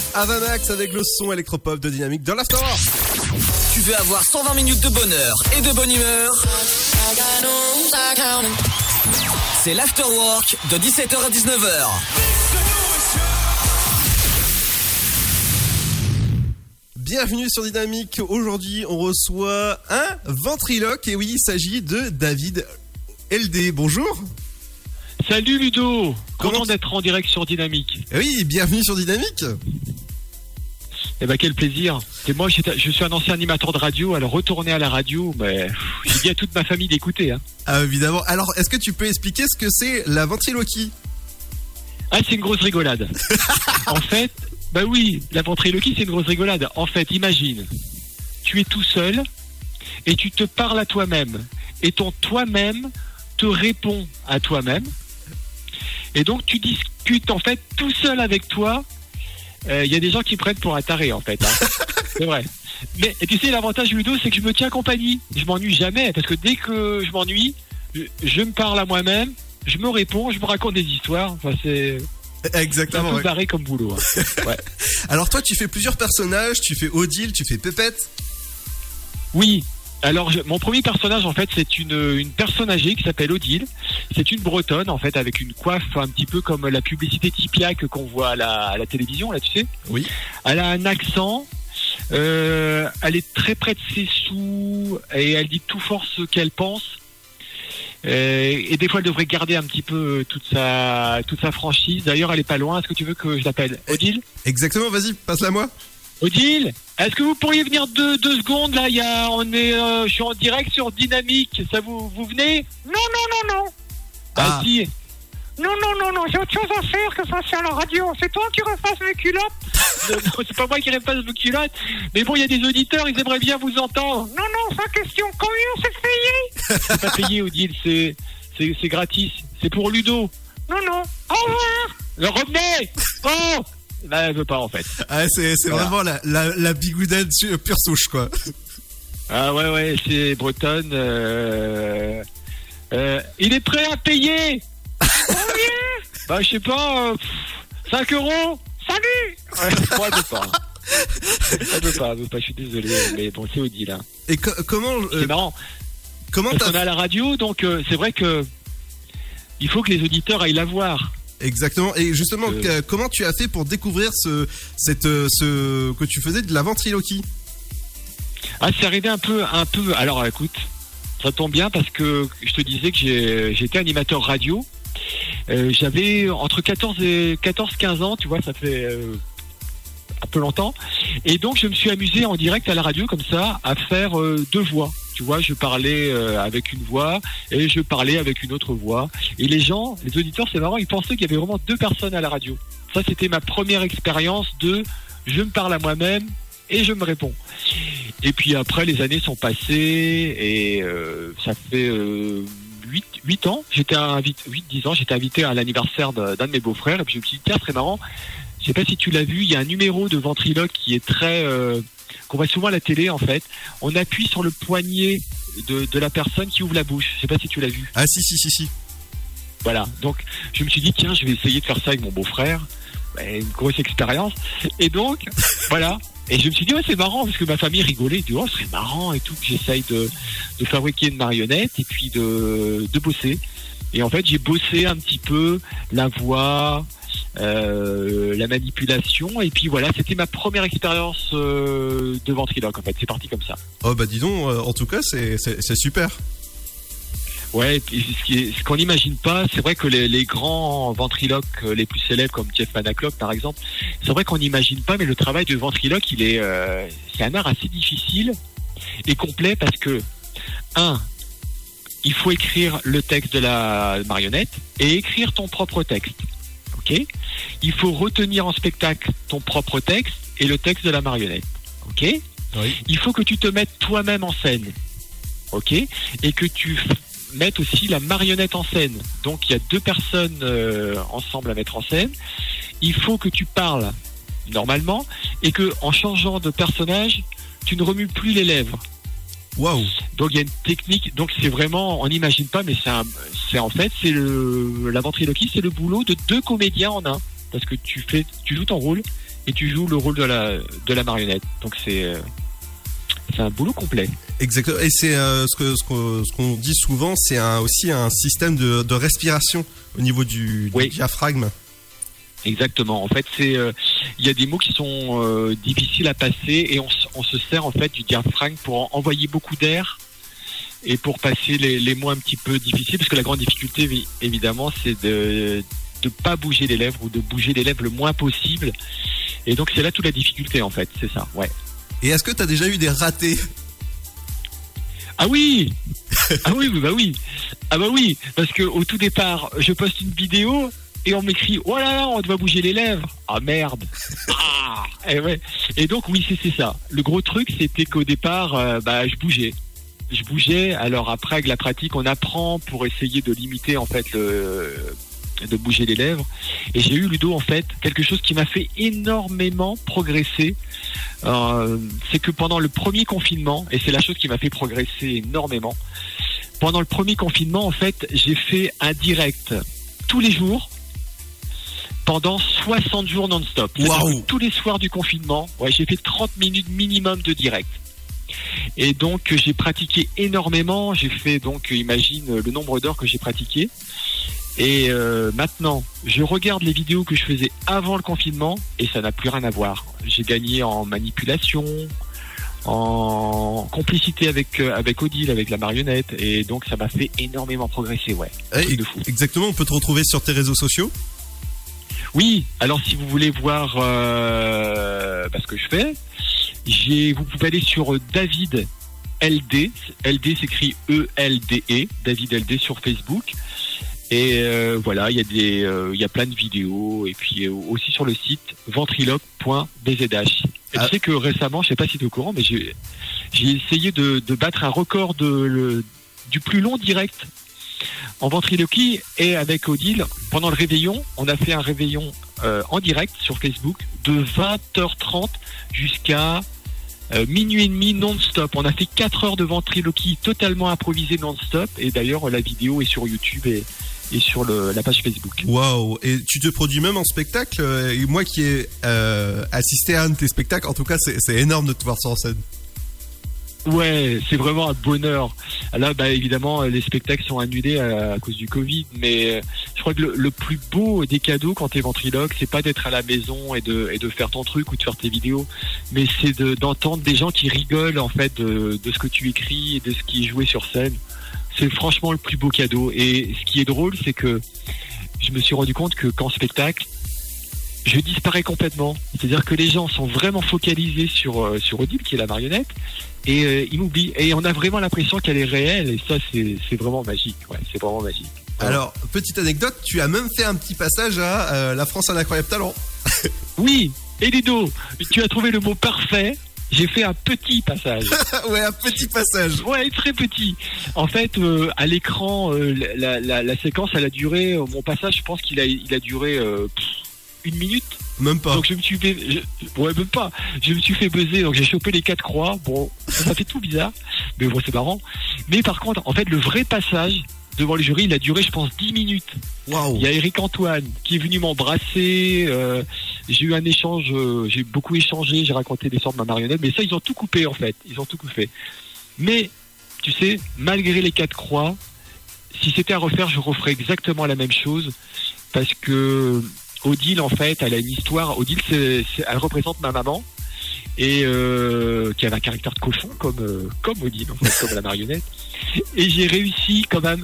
Avamax avec le son électropop de Dynamique dans l'Afterwork. Tu veux avoir cent vingt minutes de bonheur et de bonne humeur? C'est l'Afterwork de dix-sept heures à dix-neuf heures. Bienvenue sur Dynamique. Aujourd'hui, on reçoit un ventriloque. Et oui, il s'agit de David L D. Bonjour. Salut Ludo. Comment Content d'être en direct sur Dynamique. Oui, bienvenue sur Dynamique. Eh ben quel plaisir. Et moi, j'étais- je suis un ancien animateur de radio. Alors retourner à la radio, mais pff, j'ai dit à toute ma famille d'écouter. Hein. Ah, évidemment. Alors, est-ce que tu peux expliquer ce que c'est la ventriloquie? Ah, c'est une grosse rigolade. En fait, bah oui, la ventriloquie, c'est une grosse rigolade. En fait, imagine, tu es tout seul et tu te parles à toi-même. Et ton toi-même te répond à toi-même. Et donc, tu discutes en fait tout seul avec toi. Il euh, y a des gens qui prennent pour un taré, en fait. Hein. C'est vrai. Mais et tu sais, l'avantage Ludo, c'est que je me tiens compagnie. Je m'ennuie jamais, parce que dès que je m'ennuie, je, je me parle à moi-même, je me réponds, je me raconte des histoires. Enfin, c'est... Exactement. C'est un peu ouais. barré comme boulot. Hein. Ouais. Alors toi, tu fais plusieurs personnages. Tu fais Odile, tu fais Pépette. Oui. Alors, je- mon premier personnage, en fait, c'est une, une personne âgée qui s'appelle Odile. C'est une bretonne, en fait, avec une coiffe un petit peu comme la publicité Tipiac qu'on voit à la, à la télévision, là, tu sais. Oui. Elle a un accent. Euh, elle est très près de ses sous et elle dit tout fort ce qu'elle pense. Euh, et des fois, elle devrait garder un petit peu toute sa, toute sa franchise. D'ailleurs, elle est pas loin. Est-ce que tu veux que je l'appelle Odile? Exactement. Vas-y, passe-la moi. Odile, est-ce que vous pourriez venir deux, deux secondes là? Il y a, on est, euh, je suis en direct sur Dynamique. Ça vous, vous venez? Non, non, non, non. Ah, si. Non, non, non, non, j'ai autre chose à faire que ça sur la radio. C'est toi qui refasses mes culottes. Non, non, c'est pas moi qui repasse vos culottes. Mais bon, il y a des auditeurs, ils aimeraient bien vous entendre. Non, non, sans question. Combien c'est payé? C'est pas payé, Odile, c'est, c'est, c'est gratis. C'est pour Ludo. Non, non. Au revoir. Le revenez. Oh. Là, elle veut pas en fait. Ah, c'est c'est Voilà. vraiment la, la, la bigoudade su- pure souche, quoi. Ah ouais, ouais, c'est bretonne. Euh... Euh, il est prêt à payer. Combien? Bah, je sais pas, euh, cinq euros. Salut. Ouais, moi, elle veut pas. Elle veut pas, elle veut pas, je suis désolé. Mais bon, c'est Odile. Hein. Et co- comment euh, C'est marrant. Comment Parce t'as qu'on est à la radio, donc euh, c'est vrai que il faut que les auditeurs aillent la voir. Exactement. Et justement, Euh. que- comment tu as fait pour découvrir ce, cette, euh, ce que tu faisais de la ventriloquie? Ah, c'est arrivé un peu, un peu. Alors, écoute, ça tombe bien parce que je te disais que j'ai, j'étais animateur radio. Euh, j'avais entre quatorze et quatorze quinze ans, tu vois, ça fait euh, un peu longtemps. Et donc, je me suis amusé en direct à la radio comme ça à faire euh, deux voix. Tu vois, je parlais euh, avec une voix et je parlais avec une autre voix. Et les gens, les auditeurs, c'est marrant, ils pensaient qu'il y avait vraiment deux personnes à la radio. Ça, c'était ma première expérience de je me parle à moi-même et je me réponds. Et puis après, les années sont passées et euh, ça fait euh, huit ans. J'étais invité, huit dix ans, j'étais invité à l'anniversaire de- d'un de mes beaux-frères et puis je me suis dit, tiens, très marrant. Je sais pas si tu l'as vu, il y a un numéro de ventriloque qui est très... Euh, qu'on voit souvent à la télé, en fait. On appuie sur le poignet de, de la personne qui ouvre la bouche. Je sais pas si tu l'as vu. Ah si, si, si, si. Voilà. Donc, je me suis dit, tiens, je vais essayer de faire ça avec mon beau-frère. Bah, une grosse expérience. Et donc, voilà. Et je me suis dit, ouais, c'est marrant, parce que ma famille rigolait. Du oh, ce serait marrant et tout, que j'essaye de, de fabriquer une marionnette et puis de, de bosser. Et en fait, j'ai bossé un petit peu la voix, euh, la manipulation. Et puis voilà, c'était ma première expérience euh, de ventriloque, en fait. C'est parti comme ça. Oh bah dis donc, euh, en tout cas, c'est c'est- c'est super. Ouais, et puis ce qui est- ce qu'on n'imagine pas, c'est vrai que les, les grands ventriloques euh, les plus célèbres, comme Jeff Manaclock par exemple, c'est vrai qu'on n'imagine pas, mais le travail de ventriloque, il est, euh, c'est un art assez difficile et complet parce que, un, il faut écrire le texte de la marionnette et écrire ton propre texte. Ok ? Il faut retenir en spectacle ton propre texte et le texte de la marionnette. Ok ? Oui. Il faut que tu te mettes toi-même en scène. Ok ? Et que tu f- mettes aussi la marionnette en scène. Donc il y a deux personnes euh, ensemble à mettre en scène. Il faut que tu parles normalement et que en changeant de personnage, tu ne remues plus les lèvres. Waouh. Donc il y a une technique. Donc c'est vraiment, on n'imagine pas, mais c'est un, c'est en fait c'est le la ventriloquie, c'est le boulot de deux comédiens en un, parce que tu fais, tu joues ton rôle et tu joues le rôle de la de la marionnette. Donc c'est euh, c'est un boulot complet. Exactement. Et c'est euh, ce que ce qu'on, ce qu'on dit souvent, c'est un, aussi un système de, de respiration au niveau du, du oui. diaphragme. Exactement. En fait, c'est il euh, y a des mots qui sont euh, difficiles à passer et on, on se sert en fait du diaphragme pour envoyer beaucoup d'air et pour passer les, les mots un petit peu difficiles, parce que la grande difficulté évidemment c'est de de pas bouger les lèvres ou de bouger les lèvres le moins possible. Et donc c'est là toute la difficulté en fait, c'est ça. Ouais. Et est-ce que tu as déjà eu des ratés? Ah oui. Ah oui, bah oui. Ah bah oui, parce que au tout départ, je poste une vidéo et on m'écrit oh là là, on doit bouger les lèvres. Ah merde. Ah, et, ouais. Et donc oui, c'est, c'est ça. Le gros truc, c'était qu'au départ, euh, bah je bougeais. Je bougeais. Alors après, avec la pratique, on apprend pour essayer de limiter en fait le de bouger les lèvres. Et j'ai eu, Ludo, en fait, quelque chose qui m'a fait énormément progresser. Euh, c'est que pendant le premier confinement, et c'est la chose qui m'a fait progresser énormément, pendant le premier confinement, en fait, j'ai fait un direct tous les jours pendant soixante jours non-stop. Waouh. Tous les soirs du confinement, ouais, j'ai fait trente minutes minimum de direct. Et donc j'ai pratiqué énormément. J'ai fait donc, imagine le nombre d'heures que j'ai pratiqué. Et euh, maintenant, je regarde les vidéos que je faisais avant le confinement et ça n'a plus rien à voir. J'ai gagné en manipulation, en complicité avec euh, avec Odile, avec la marionnette, et donc ça m'a fait énormément progresser, ouais. Eh, de fou. Exactement. On peut te retrouver sur tes réseaux sociaux. Oui. Alors si vous voulez voir euh, bah, ce que je fais, j'ai, vous pouvez aller sur David L D. L D s'écrit E L D E. David L D sur Facebook. Et euh, voilà, il y a des, euh, il y a plein de vidéos, et puis euh, aussi sur le site ventriloque point b z h. Et ah. Tu sais que récemment, je sais pas si tu es au courant, mais j'ai, j'ai essayé de, de battre un record de, le, du plus long direct en ventriloquie, et avec Odile, pendant le réveillon, on a fait un réveillon euh, en direct sur Facebook de vingt heures trente jusqu'à euh, minuit et demi non-stop. On a fait quatre heures de ventriloquie totalement improvisée non-stop, et d'ailleurs la vidéo est sur YouTube et et sur le, la page Facebook. Waouh! Et tu te produis même en spectacle? Et moi qui ai euh, assisté à un de tes spectacles, en tout cas, c'est, c'est énorme de te voir sur scène. Ouais, c'est vraiment un bonheur. Là, bah évidemment, les spectacles sont annulés à, à cause du Covid, mais je crois que le, le plus beau des cadeaux quand t'es ventriloque, c'est pas d'être à la maison et de et de faire ton truc ou de faire tes vidéos, mais c'est de, d'entendre des gens qui rigolent en fait de, de ce que tu écris et de ce qui est joué sur scène. C'est franchement le plus beau cadeau. Et ce qui est drôle, c'est que je me suis rendu compte que qu'en spectacle, je disparais complètement. C'est-à-dire que les gens sont vraiment focalisés sur euh, sur Odile, qui est la marionnette, et euh, ils m'oublient. Et on a vraiment l'impression qu'elle est réelle. Et ça, c'est c'est vraiment magique. Ouais, c'est vraiment magique. Alors, petite anecdote, tu as même fait un petit passage à euh, La France a un incroyable talent. Oui. Et Ludo, tu as trouvé le mot parfait. J'ai fait un petit passage. Ouais, un petit passage. Ouais, très petit. En fait, euh, à l'écran, euh, la, la, la séquence, elle a duré, euh, mon passage, je pense qu'il a, il a duré euh, pff, une minute. Même pas. Donc je me suis fait, je, ouais, même pas. Je me suis fait buzzer, donc j'ai chopé les quatre croix. Bon, ça fait tout bizarre, mais bon, c'est marrant. Mais par contre, en fait, le vrai passage devant le jury, il a duré, je pense, dix minutes. Waouh. Il y a Eric Antoine qui est venu m'embrasser. Euh, j'ai eu un échange, euh, j'ai beaucoup échangé, j'ai raconté l'histoire de ma marionnette, mais ça, ils ont tout coupé, en fait. Ils ont tout coupé. Mais, tu sais, malgré les quatre croix, si c'était à refaire, je referais exactement la même chose, parce que Odile, en fait, elle a une histoire. Odile, c'est, c'est, elle représente ma maman, et euh, qui avait un caractère de cochon, comme, euh, comme Odile, en fait, comme la marionnette. Et j'ai réussi, quand même,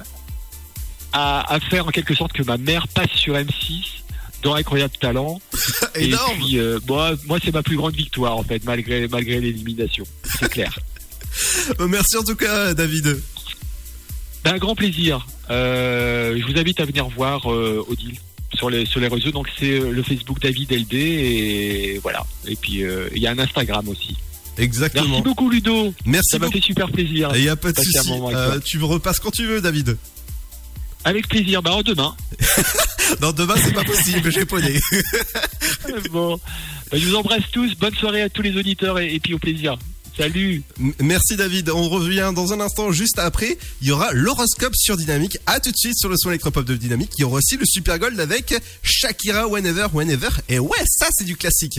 À, à faire en quelque sorte que ma mère passe sur M six dans Incroyable Talent. Et puis, euh, moi, moi, c'est ma plus grande victoire, en fait, malgré, malgré l'élimination. C'est clair. Merci en tout cas, David. Ben, un grand plaisir. Euh, je vous invite à venir voir euh, Odile sur les, sur les réseaux. Donc, c'est le Facebook David L D, et voilà. Et puis, euh, il y a un Instagram aussi. Exactement. Merci beaucoup, Ludo. Merci. Ça m'a beaucoup. fait super plaisir. Il n'y a pas de souci. Euh, tu me repasses quand tu veux, David. Avec plaisir. Bah, demain. Non, demain, c'est pas possible. J'ai poney. Bon. Bah, je vous embrasse tous. Bonne soirée à tous les auditeurs, et, et puis au plaisir. Salut. M- merci David. On revient dans un instant. Juste après, il y aura l'horoscope sur Dynamique. À tout de suite sur le son électropop de Dynamique. Il y aura aussi le Super Gold avec Shakira, Whenever, Whenever. Et ouais, ça c'est du classique.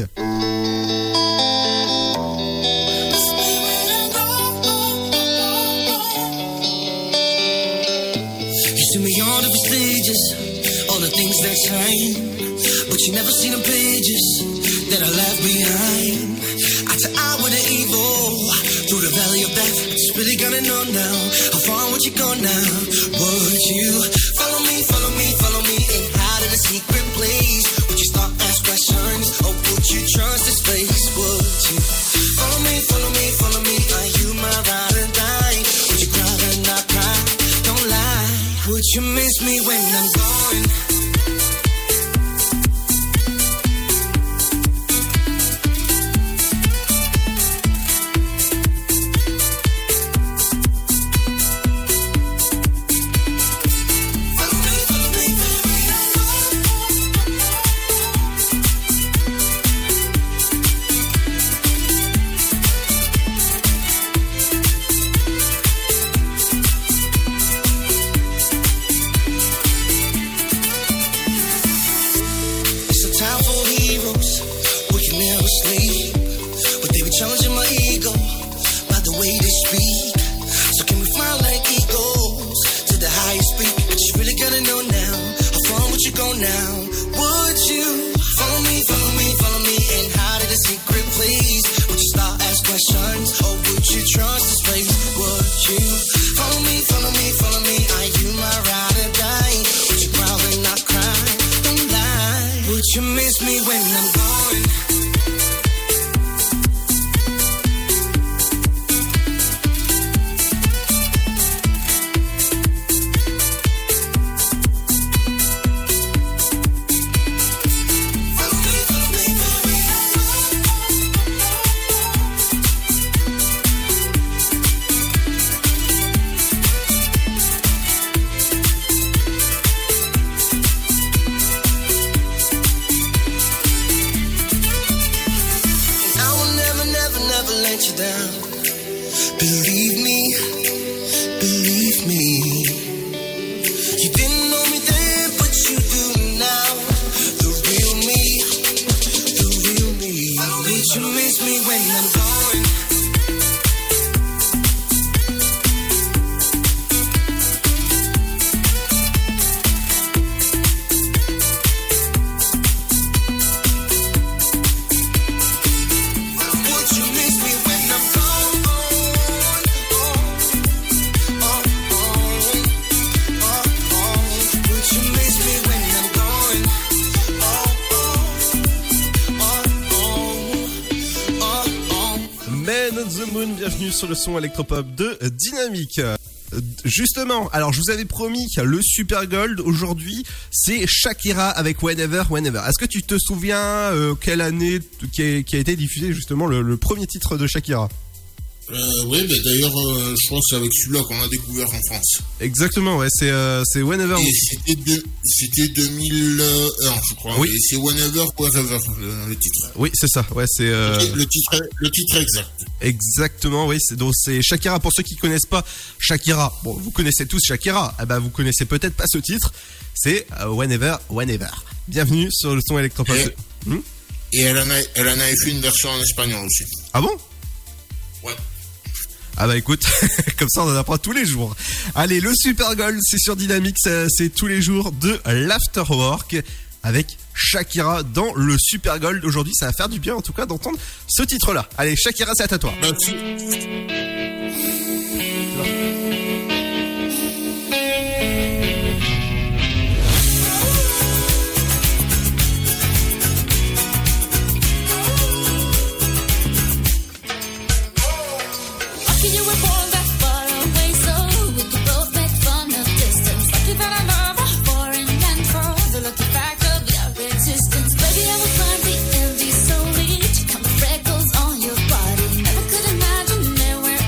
See me on different stages, all the things that shine, but you never see the pages that I left behind. Eye to eye with the evil, through the valley of death. I just really gotta know now, how far would you go now? Would you follow me, follow me, follow me, and hide in a secret place? Would you start ask questions, or would you trust this place? Would you follow me, follow me, follow me? Are you my ride or die? Would you cry and not cry? Don't lie. Would you miss me when I'm gone? Sur le son électropop de Dynamique. Justement, alors je vous avais promis le Super Gold aujourd'hui, c'est Shakira avec Whenever, Whenever. Est-ce que tu te souviens euh, quelle année qui a, qui a été diffusé justement le, le premier titre de Shakira? Euh, oui, mais d'ailleurs, euh, je pense que c'est avec celui-là qu'on a découvert en France. Exactement, ouais, c'est euh, c'est Whenever. Et c'était, de, c'était deux mille un, je crois. Oui. Et c'est Whenever, Wherever, le, le titre. Oui, c'est ça, ouais, c'est... Euh... Le, titre, le titre exact. Exactement, oui, c'est, donc c'est Shakira. Pour ceux qui connaissent pas Shakira, bon, vous connaissez tous Shakira, eh ben, vous connaissez peut-être pas ce titre, c'est euh, Whenever, Whenever. Bienvenue sur le son électropop. Et, hmm et elle, en a, elle en avait fait une version en espagnol aussi. Ah bon? Ouais. Ah bah écoute, comme ça on en apprend tous les jours. Allez, le Super Gold, c'est sur Dynamique, c'est, c'est tous les jours de l'Afterwork avec Shakira dans le Super Gold. Aujourd'hui, ça va faire du bien en tout cas d'entendre ce titre-là. Allez, Shakira, c'est à toi. Merci. Baby, I will find the empty soul, come freckles on your body. Never could imagine there were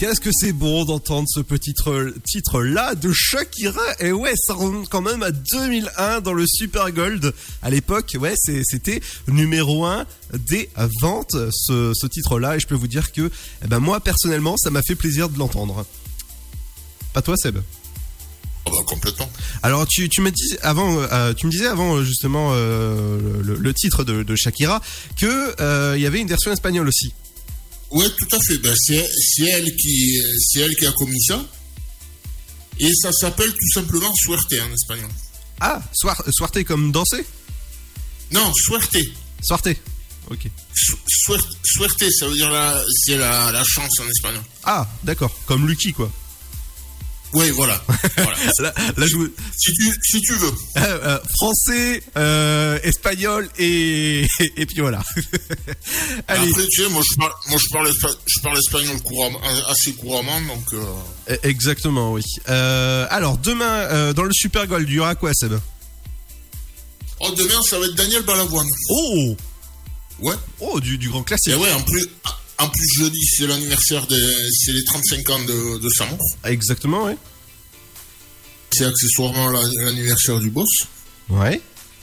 qu'est-ce que c'est bon d'entendre ce petit titre, titre là de Shakira. Et ouais, ça remonte quand même à deux mille un dans le Super Gold. À l'époque, ouais, c'est, c'était numéro un des ventes, ce, ce titre-là. Et je peux vous dire que, eh ben, moi, personnellement, ça m'a fait plaisir de l'entendre. Pas toi, Seb? Oh bah, complètement. Alors tu tu me dis avant euh, tu me disais avant justement euh, le, le titre de, de Shakira que euh, il y avait une version espagnole aussi. Ouais, tout à fait. Ben, c'est c'est elle qui c'est elle qui a commis ça et ça s'appelle tout simplement suerte en espagnol. Ah, soir, suerte comme danser? Non, suerte. Suerte. Ok. Su, suerte, suerte, ça veut dire la c'est la la chance en espagnol. Ah, d'accord. Comme Lucky quoi. Oui, voilà. voilà. là, là, je... si, tu, si tu veux. Euh, euh, français, euh, espagnol et, et puis voilà. Allez. Après, tu sais, moi je parle, moi, je parle, je parle espagnol couramment, assez couramment, donc... Euh... Exactement, oui. Euh, alors, demain, euh, dans le Super Gold, il y aura quoi, Seb? Oh, demain, ça va être Daniel Balavoine. Oh! Ouais. Oh, du, du grand classique. Et ouais, en plus... En plus, jeudi, c'est l'anniversaire des, c'est les trente-cinq ans de, de sa mort. Exactement, oui. C'est accessoirement la, l'anniversaire du boss. Ouais.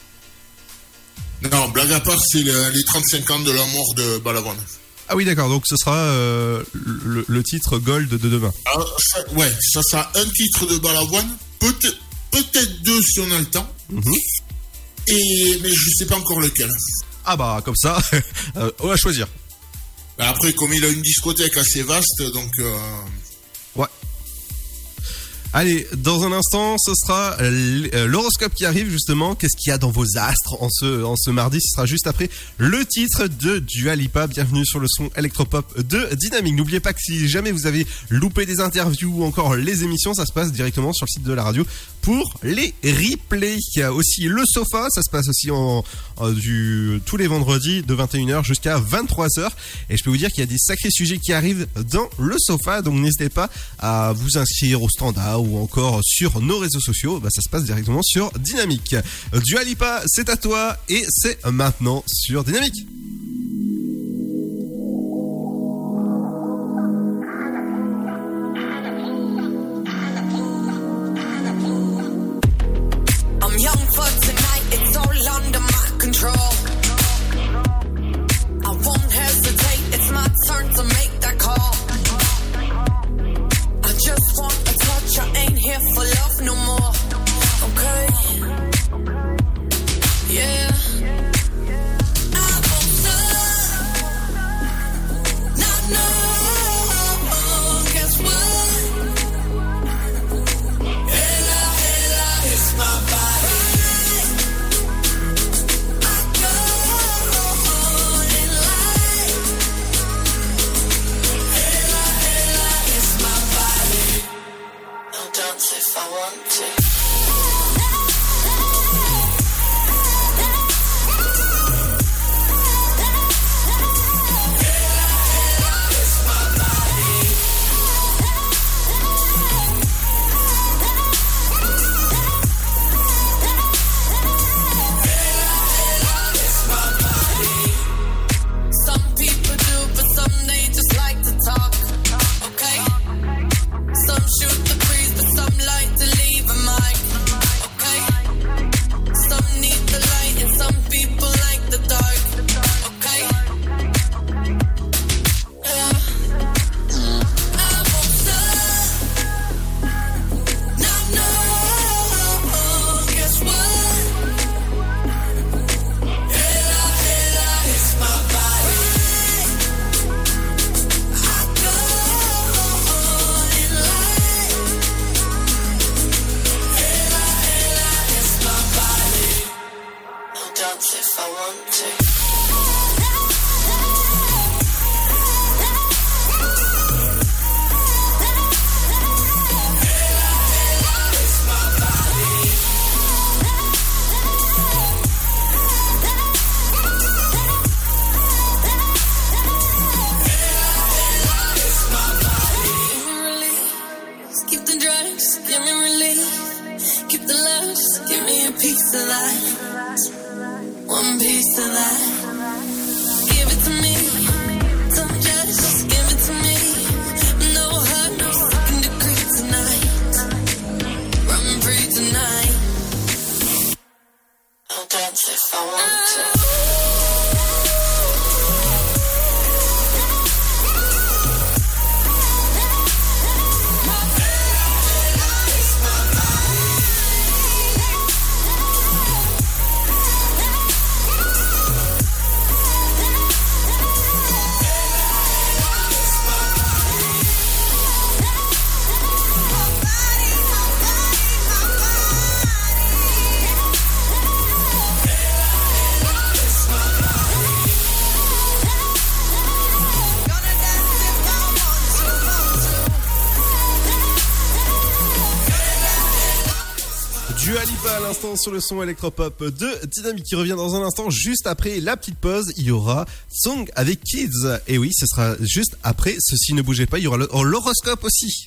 Non, blague à part, c'est le, les trente-cinq ans de la mort de Balavoine. Ah oui, d'accord, donc ce sera euh, le, le titre Gold de demain. Ah, ça, ouais, ça sera un titre de Balavoine, peut-être, peut-être deux si on a le temps. Mm-hmm. Et, mais je sais pas encore lequel. Ah bah, comme ça, euh, on va choisir. Après, comme il a une discothèque assez vaste, donc... Euh... Ouais. Allez, dans un instant, ce sera l'horoscope qui arrive, justement. Qu'est-ce qu'il y a dans vos astres en ce, en ce mardi? Ce sera juste après le titre de Dua Lipa. Bienvenue sur le son électropop de Dynamique. N'oubliez pas que si jamais vous avez loupé des interviews ou encore les émissions, ça se passe directement sur le site de la radio pour les replays. Il y a aussi le sofa, ça se passe aussi en, en du, tous les vendredis de vingt et une heures jusqu'à vingt-trois heures. Et je peux vous dire qu'il y a des sacrés sujets qui arrivent dans le sofa, donc n'hésitez pas à vous inscrire au standard ou encore sur nos réseaux sociaux. Bah, ça se passe directement sur Dynamique. Dua Lipa, c'est à toi et c'est maintenant sur Dynamique. Give it to me, don't just give it to me. No Dua Lipa à l'instant sur le son électropop de Dynamique qui revient dans un instant. Juste après la petite pause, il y aura Song avec Kids. Et oui, ce sera juste après. Ceci ne bougez pas, il y aura l'horoscope aussi.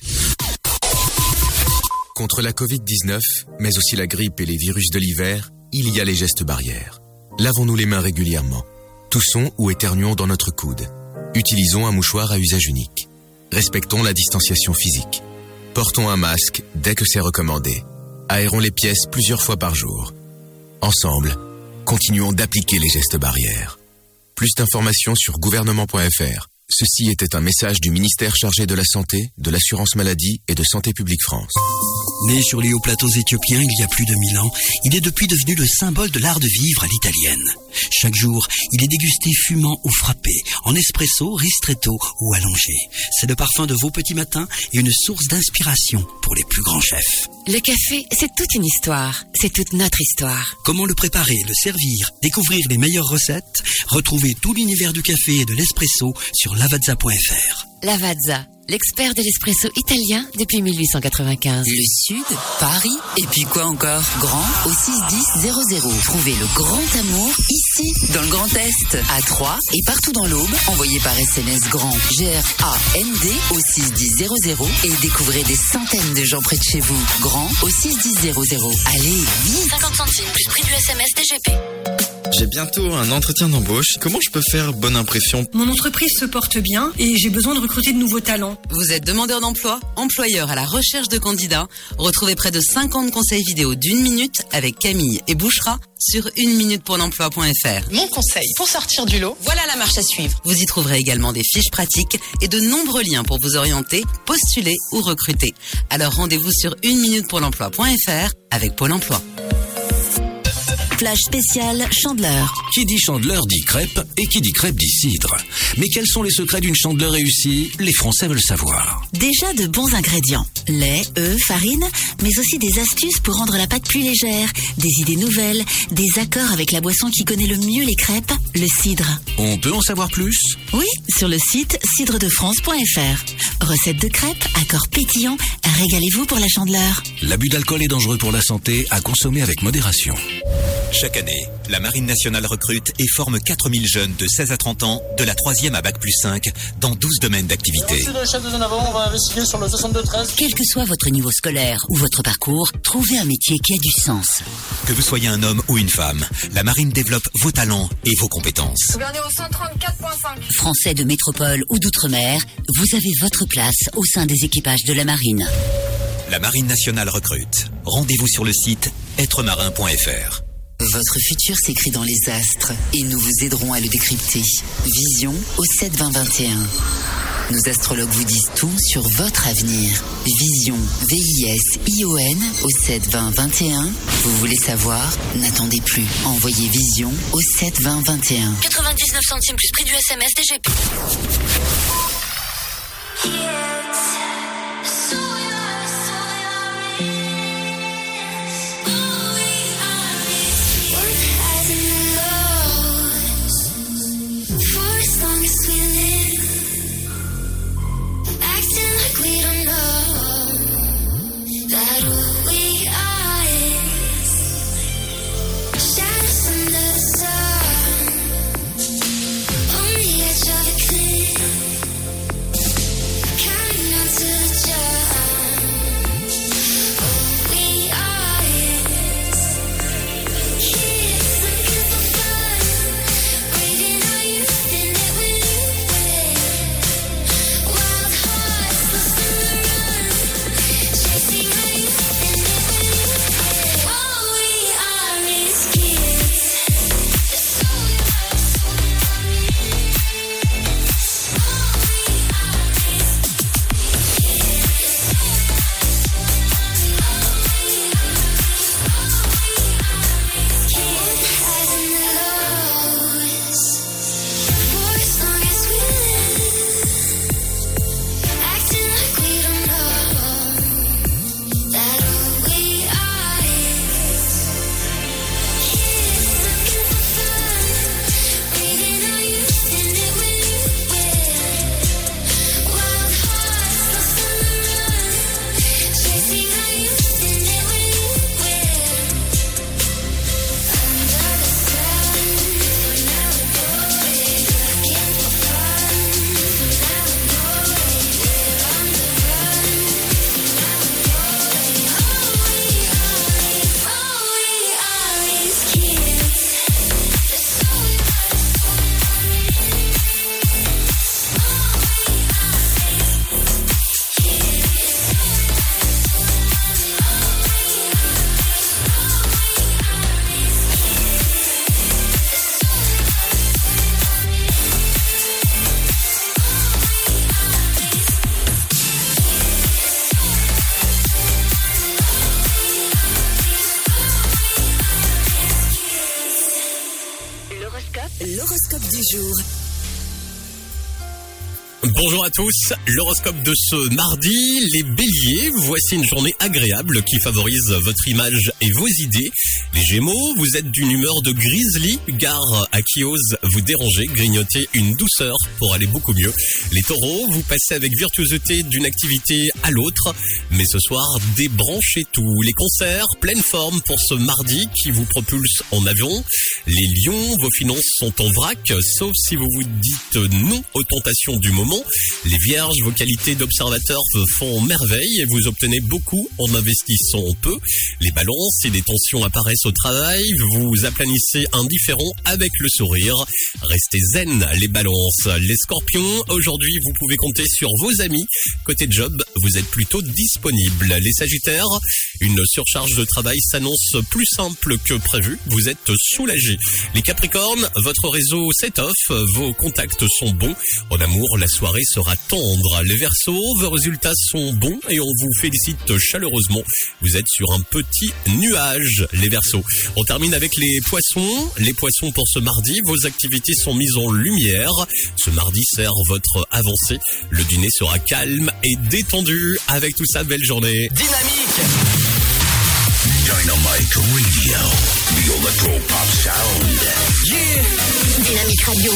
Contre la covid dix-neuf, mais aussi la grippe et les virus de l'hiver, il y a les gestes barrières. Lavons-nous les mains régulièrement. Toussons ou éternuons dans notre coude. Utilisons un mouchoir à usage unique. Respectons la distanciation physique. Portons un masque dès que c'est recommandé. Aérons les pièces plusieurs fois par jour. Ensemble, continuons d'appliquer les gestes barrières. Plus d'informations sur gouvernement point f r. Ceci était un message du ministère chargé de la Santé, de l'Assurance Maladie et de Santé Publique France. Né sur les hauts plateaux éthiopiens il y a plus de mille ans, il est depuis devenu le symbole de l'art de vivre à l'italienne. Chaque jour, il est dégusté fumant ou frappé, en espresso, ristretto ou allongé. C'est le parfum de vos petits matins et une source d'inspiration pour les plus grands chefs. Le café, c'est toute une histoire. C'est toute notre histoire. Comment le préparer, le servir, découvrir les meilleures recettes? Retrouvez tout l'univers du café et de l'espresso sur lavazza point f r. Lavazza, l'expert de l'espresso italien depuis mille huit cent quatre-vingt-quinze. Le Sud, Paris, et puis quoi encore? Grand au six dix zéro zéro. Trouvez le grand amour ici, dans le Grand Est, à Troyes et partout dans l'Aube. Envoyez par S M S grand G R A N D au six dix zéro zéro et découvrez des centaines de gens près de chez vous. Grand au six dix zéro zéro. Allez, vite! cinquante centimes plus prix du S M S D G P. J'ai bientôt un entretien d'embauche. Comment je peux faire bonne impression? Mon entreprise se porte bien et j'ai besoin de recruter de nouveaux talents. Vous êtes demandeur d'emploi, employeur à la recherche de candidats. Retrouvez près de cinquante conseils vidéo d'une minute avec Camille et Bouchra sur une minute pour l'emploi point f r. Mon conseil pour sortir du lot, voilà la marche à suivre. Vous y trouverez également des fiches pratiques et de nombreux liens pour vous orienter, postuler ou recruter. Alors rendez-vous sur une minute pour l'emploi point f r avec Pôle emploi. Flash spécial Chandeleur. Qui dit Chandeleur dit crêpe et qui dit crêpe dit cidre. Mais quels sont les secrets d'une Chandeleur réussie? Les Français veulent savoir. Déjà de bons ingrédients. Lait, œufs, farine, mais aussi des astuces pour rendre la pâte plus légère, des idées nouvelles, des accords avec la boisson qui connaît le mieux les crêpes, le cidre. On peut en savoir plus? Oui, sur le site cidre de france point f r. Recettes de crêpes, accords pétillants, régalez-vous pour la Chandeleur. L'abus d'alcool est dangereux pour la santé, à consommer avec modération. Chaque année, la Marine nationale recrute et forme quatre mille jeunes de seize à trente ans, de la troisième à bac plus cinq, dans douze domaines d'activité. Merci le chef de zone avant, on va investiguer sur le soixante-deux treize. Quel que soit votre niveau scolaire ou votre parcours, trouvez un métier qui a du sens. Que vous soyez un homme ou une femme, la Marine développe vos talents et vos compétences. Gouverneur au cent trente-quatre virgule cinq. Français de métropole ou d'outre-mer, vous avez votre place au sein des équipages de la Marine. La Marine nationale recrute. Rendez-vous sur le site être marin point f r. Votre futur s'écrit dans les astres et nous vous aiderons à le décrypter. Vision au sept vingt vingt et un. Nos astrologues vous disent tout sur votre avenir. Vision, V I S I O N au sept vingt vingt et un. Vous voulez savoir? N'attendez plus. Envoyez Vision au sept vingt vingt et un. quatre-vingt-dix-neuf centimes plus prix du S M S D G P. Can't jour. Bonjour à tous, l'horoscope de ce mardi, les béliers, voici une journée agréable qui favorise votre image et vos idées. Les gémeaux, vous êtes d'une humeur de grizzly, gare à qui ose vous déranger, grignotez une douceur pour aller beaucoup mieux. Les taureaux, vous passez avec virtuosité d'une activité à l'autre, mais ce soir, débranchez tout. Les cancers, pleine forme pour ce mardi qui vous propulse en avion. Les lions, vos finances sont en vrac, sauf si vous vous dites non aux tentations du moment. Les vierges, vos qualités d'observateur font merveille et vous obtenez beaucoup en investissant peu. Les balances, si des tensions apparaissent au travail, vous aplanissez indifférent avec le sourire. Restez zen, les balances. Les scorpions, aujourd'hui, vous pouvez compter sur vos amis. Côté job, vous êtes plutôt disponible. Les sagittaires, une surcharge de travail s'annonce plus simple que prévu. Vous êtes soulagés. Les capricornes, votre réseau s'étoffe, vos contacts sont bons. En amour, la soirée sera tendre. Les Verseaux, vos résultats sont bons et on vous félicite chaleureusement. Vous êtes sur un petit nuage, les Verseaux. On termine avec les Poissons. Les Poissons, pour ce mardi, vos activités sont mises en lumière. Ce mardi sert votre avancée. Le dîner sera calme et détendu. Avec tout ça, belle journée. Dynamique. Dynamite Radio, the electro-pop sound. Yeah. Dynamique Radio.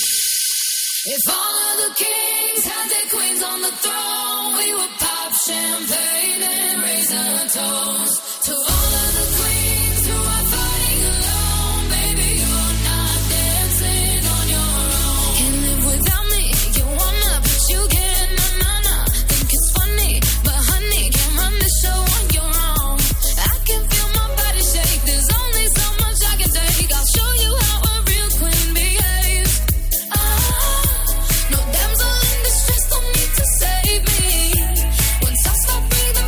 If all of the kings had their queens on the throne, we would pop champagne and raise a toast to all of the queens who are fighting alone. Baby, you're not dancing on your own. Can't live without me, you wanna, but you can't, na na na. Think it's funny, but honey, can't run the show on your own. I can feel my body shake, there's only so much I can take. I'll show you how a real queen behaves. Ah, no damsel in distress, don't need to save me. Once I stop breathing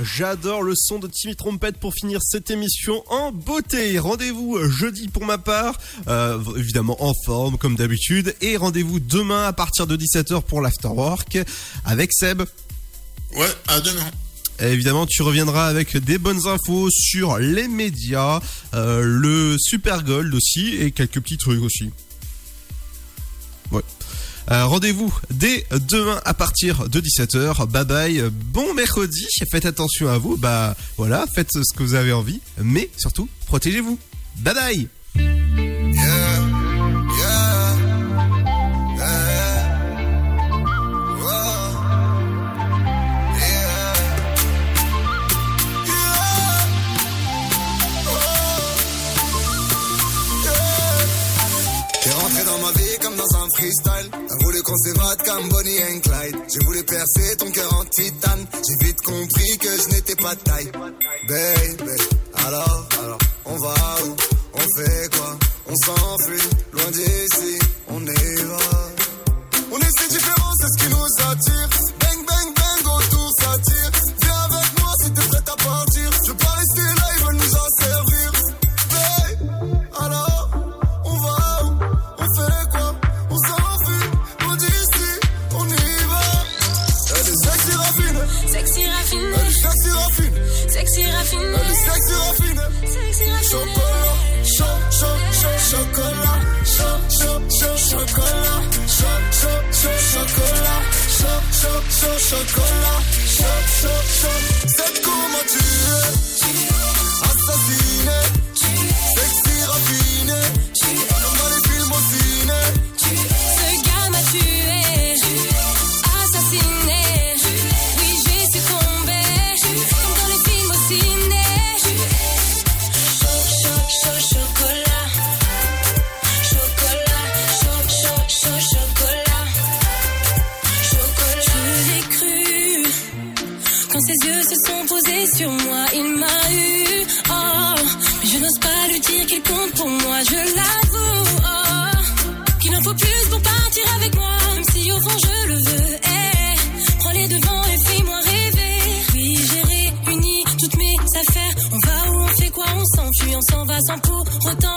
J'adore le son de Timmy Trompette pour finir cette émission en beauté. Rendez-vous jeudi pour ma part, euh, évidemment en forme comme d'habitude. Et rendez-vous demain à partir de dix-sept heures pour l'Afterwork avec Seb. Ouais, à demain. Et évidemment, tu reviendras avec des bonnes infos sur les médias, euh, le Super Gold aussi et quelques petits trucs aussi. Ouais. Euh, rendez-vous dès demain à partir de dix-sept heures. Bye bye, bon mercredi, faites attention à vous, bah voilà, faites ce que vous avez envie, mais surtout, protégez-vous. Bye bye. Yeah, yeah, yeah, wow, yeah, yeah, oh, yeah. T'es rentré dans ma vie comme dans un freestyle. T'as voulu qu'on s'évade comme Bonnie and Clyde. J'ai voulu percer ton cœur en titane. J'ai vite compris que je n'étais pas de taille. Baby, alors, alors, on va où? On fait quoi? On s'enfuit, loin d'ici, on y va. On est si différents, c'est ce qui nous attire. Bang, bang, bang, autour ça tire. Viens avec moi si t'es prête à partir. Je veux pas rester là, ils veulent nous en servir. Baby, alors, on va où? On fait quoi? On s'enfuit, loin d'ici, on y va. Elle est sexy raffine. Sexy raffine. Elle est sexy raffine. Sexy raffine. Elle est sexy raffine. Sexy raffine. Chocolat, chaud, chaud, chaud, chocolat, chaud, chaud, chaud, chocolat, chaud, chaud, chaud, chocolat, chaud, chaud, chaud, chocolat, chaud, chaud, chaud. C'est comment tu es, assassiné, sexy raffiné, comme dans les films au ciné. Ce gars m'a tué, assassiné. Oui, j'ai succombé, comme dans les films au ciné. Chaud, chaud, chaud, chocolat. Chocolat, chaud, chaud, chaud, chocolat. Chocolat. Je l'ai cru quand ses yeux se sont posés sur moi, il m'a eu. Oh, mais je n'ose pas lui dire qu'il compte pour moi, je l'avoue. Oh, qu'il en faut plus pour partir avec moi, même si au fond je le veux. Eh, prends les devants et fais-moi rêver. Oui, j'ai réuni toutes mes affaires. On va où, on fait quoi, on s'enfuit, on s'en va sans pour autant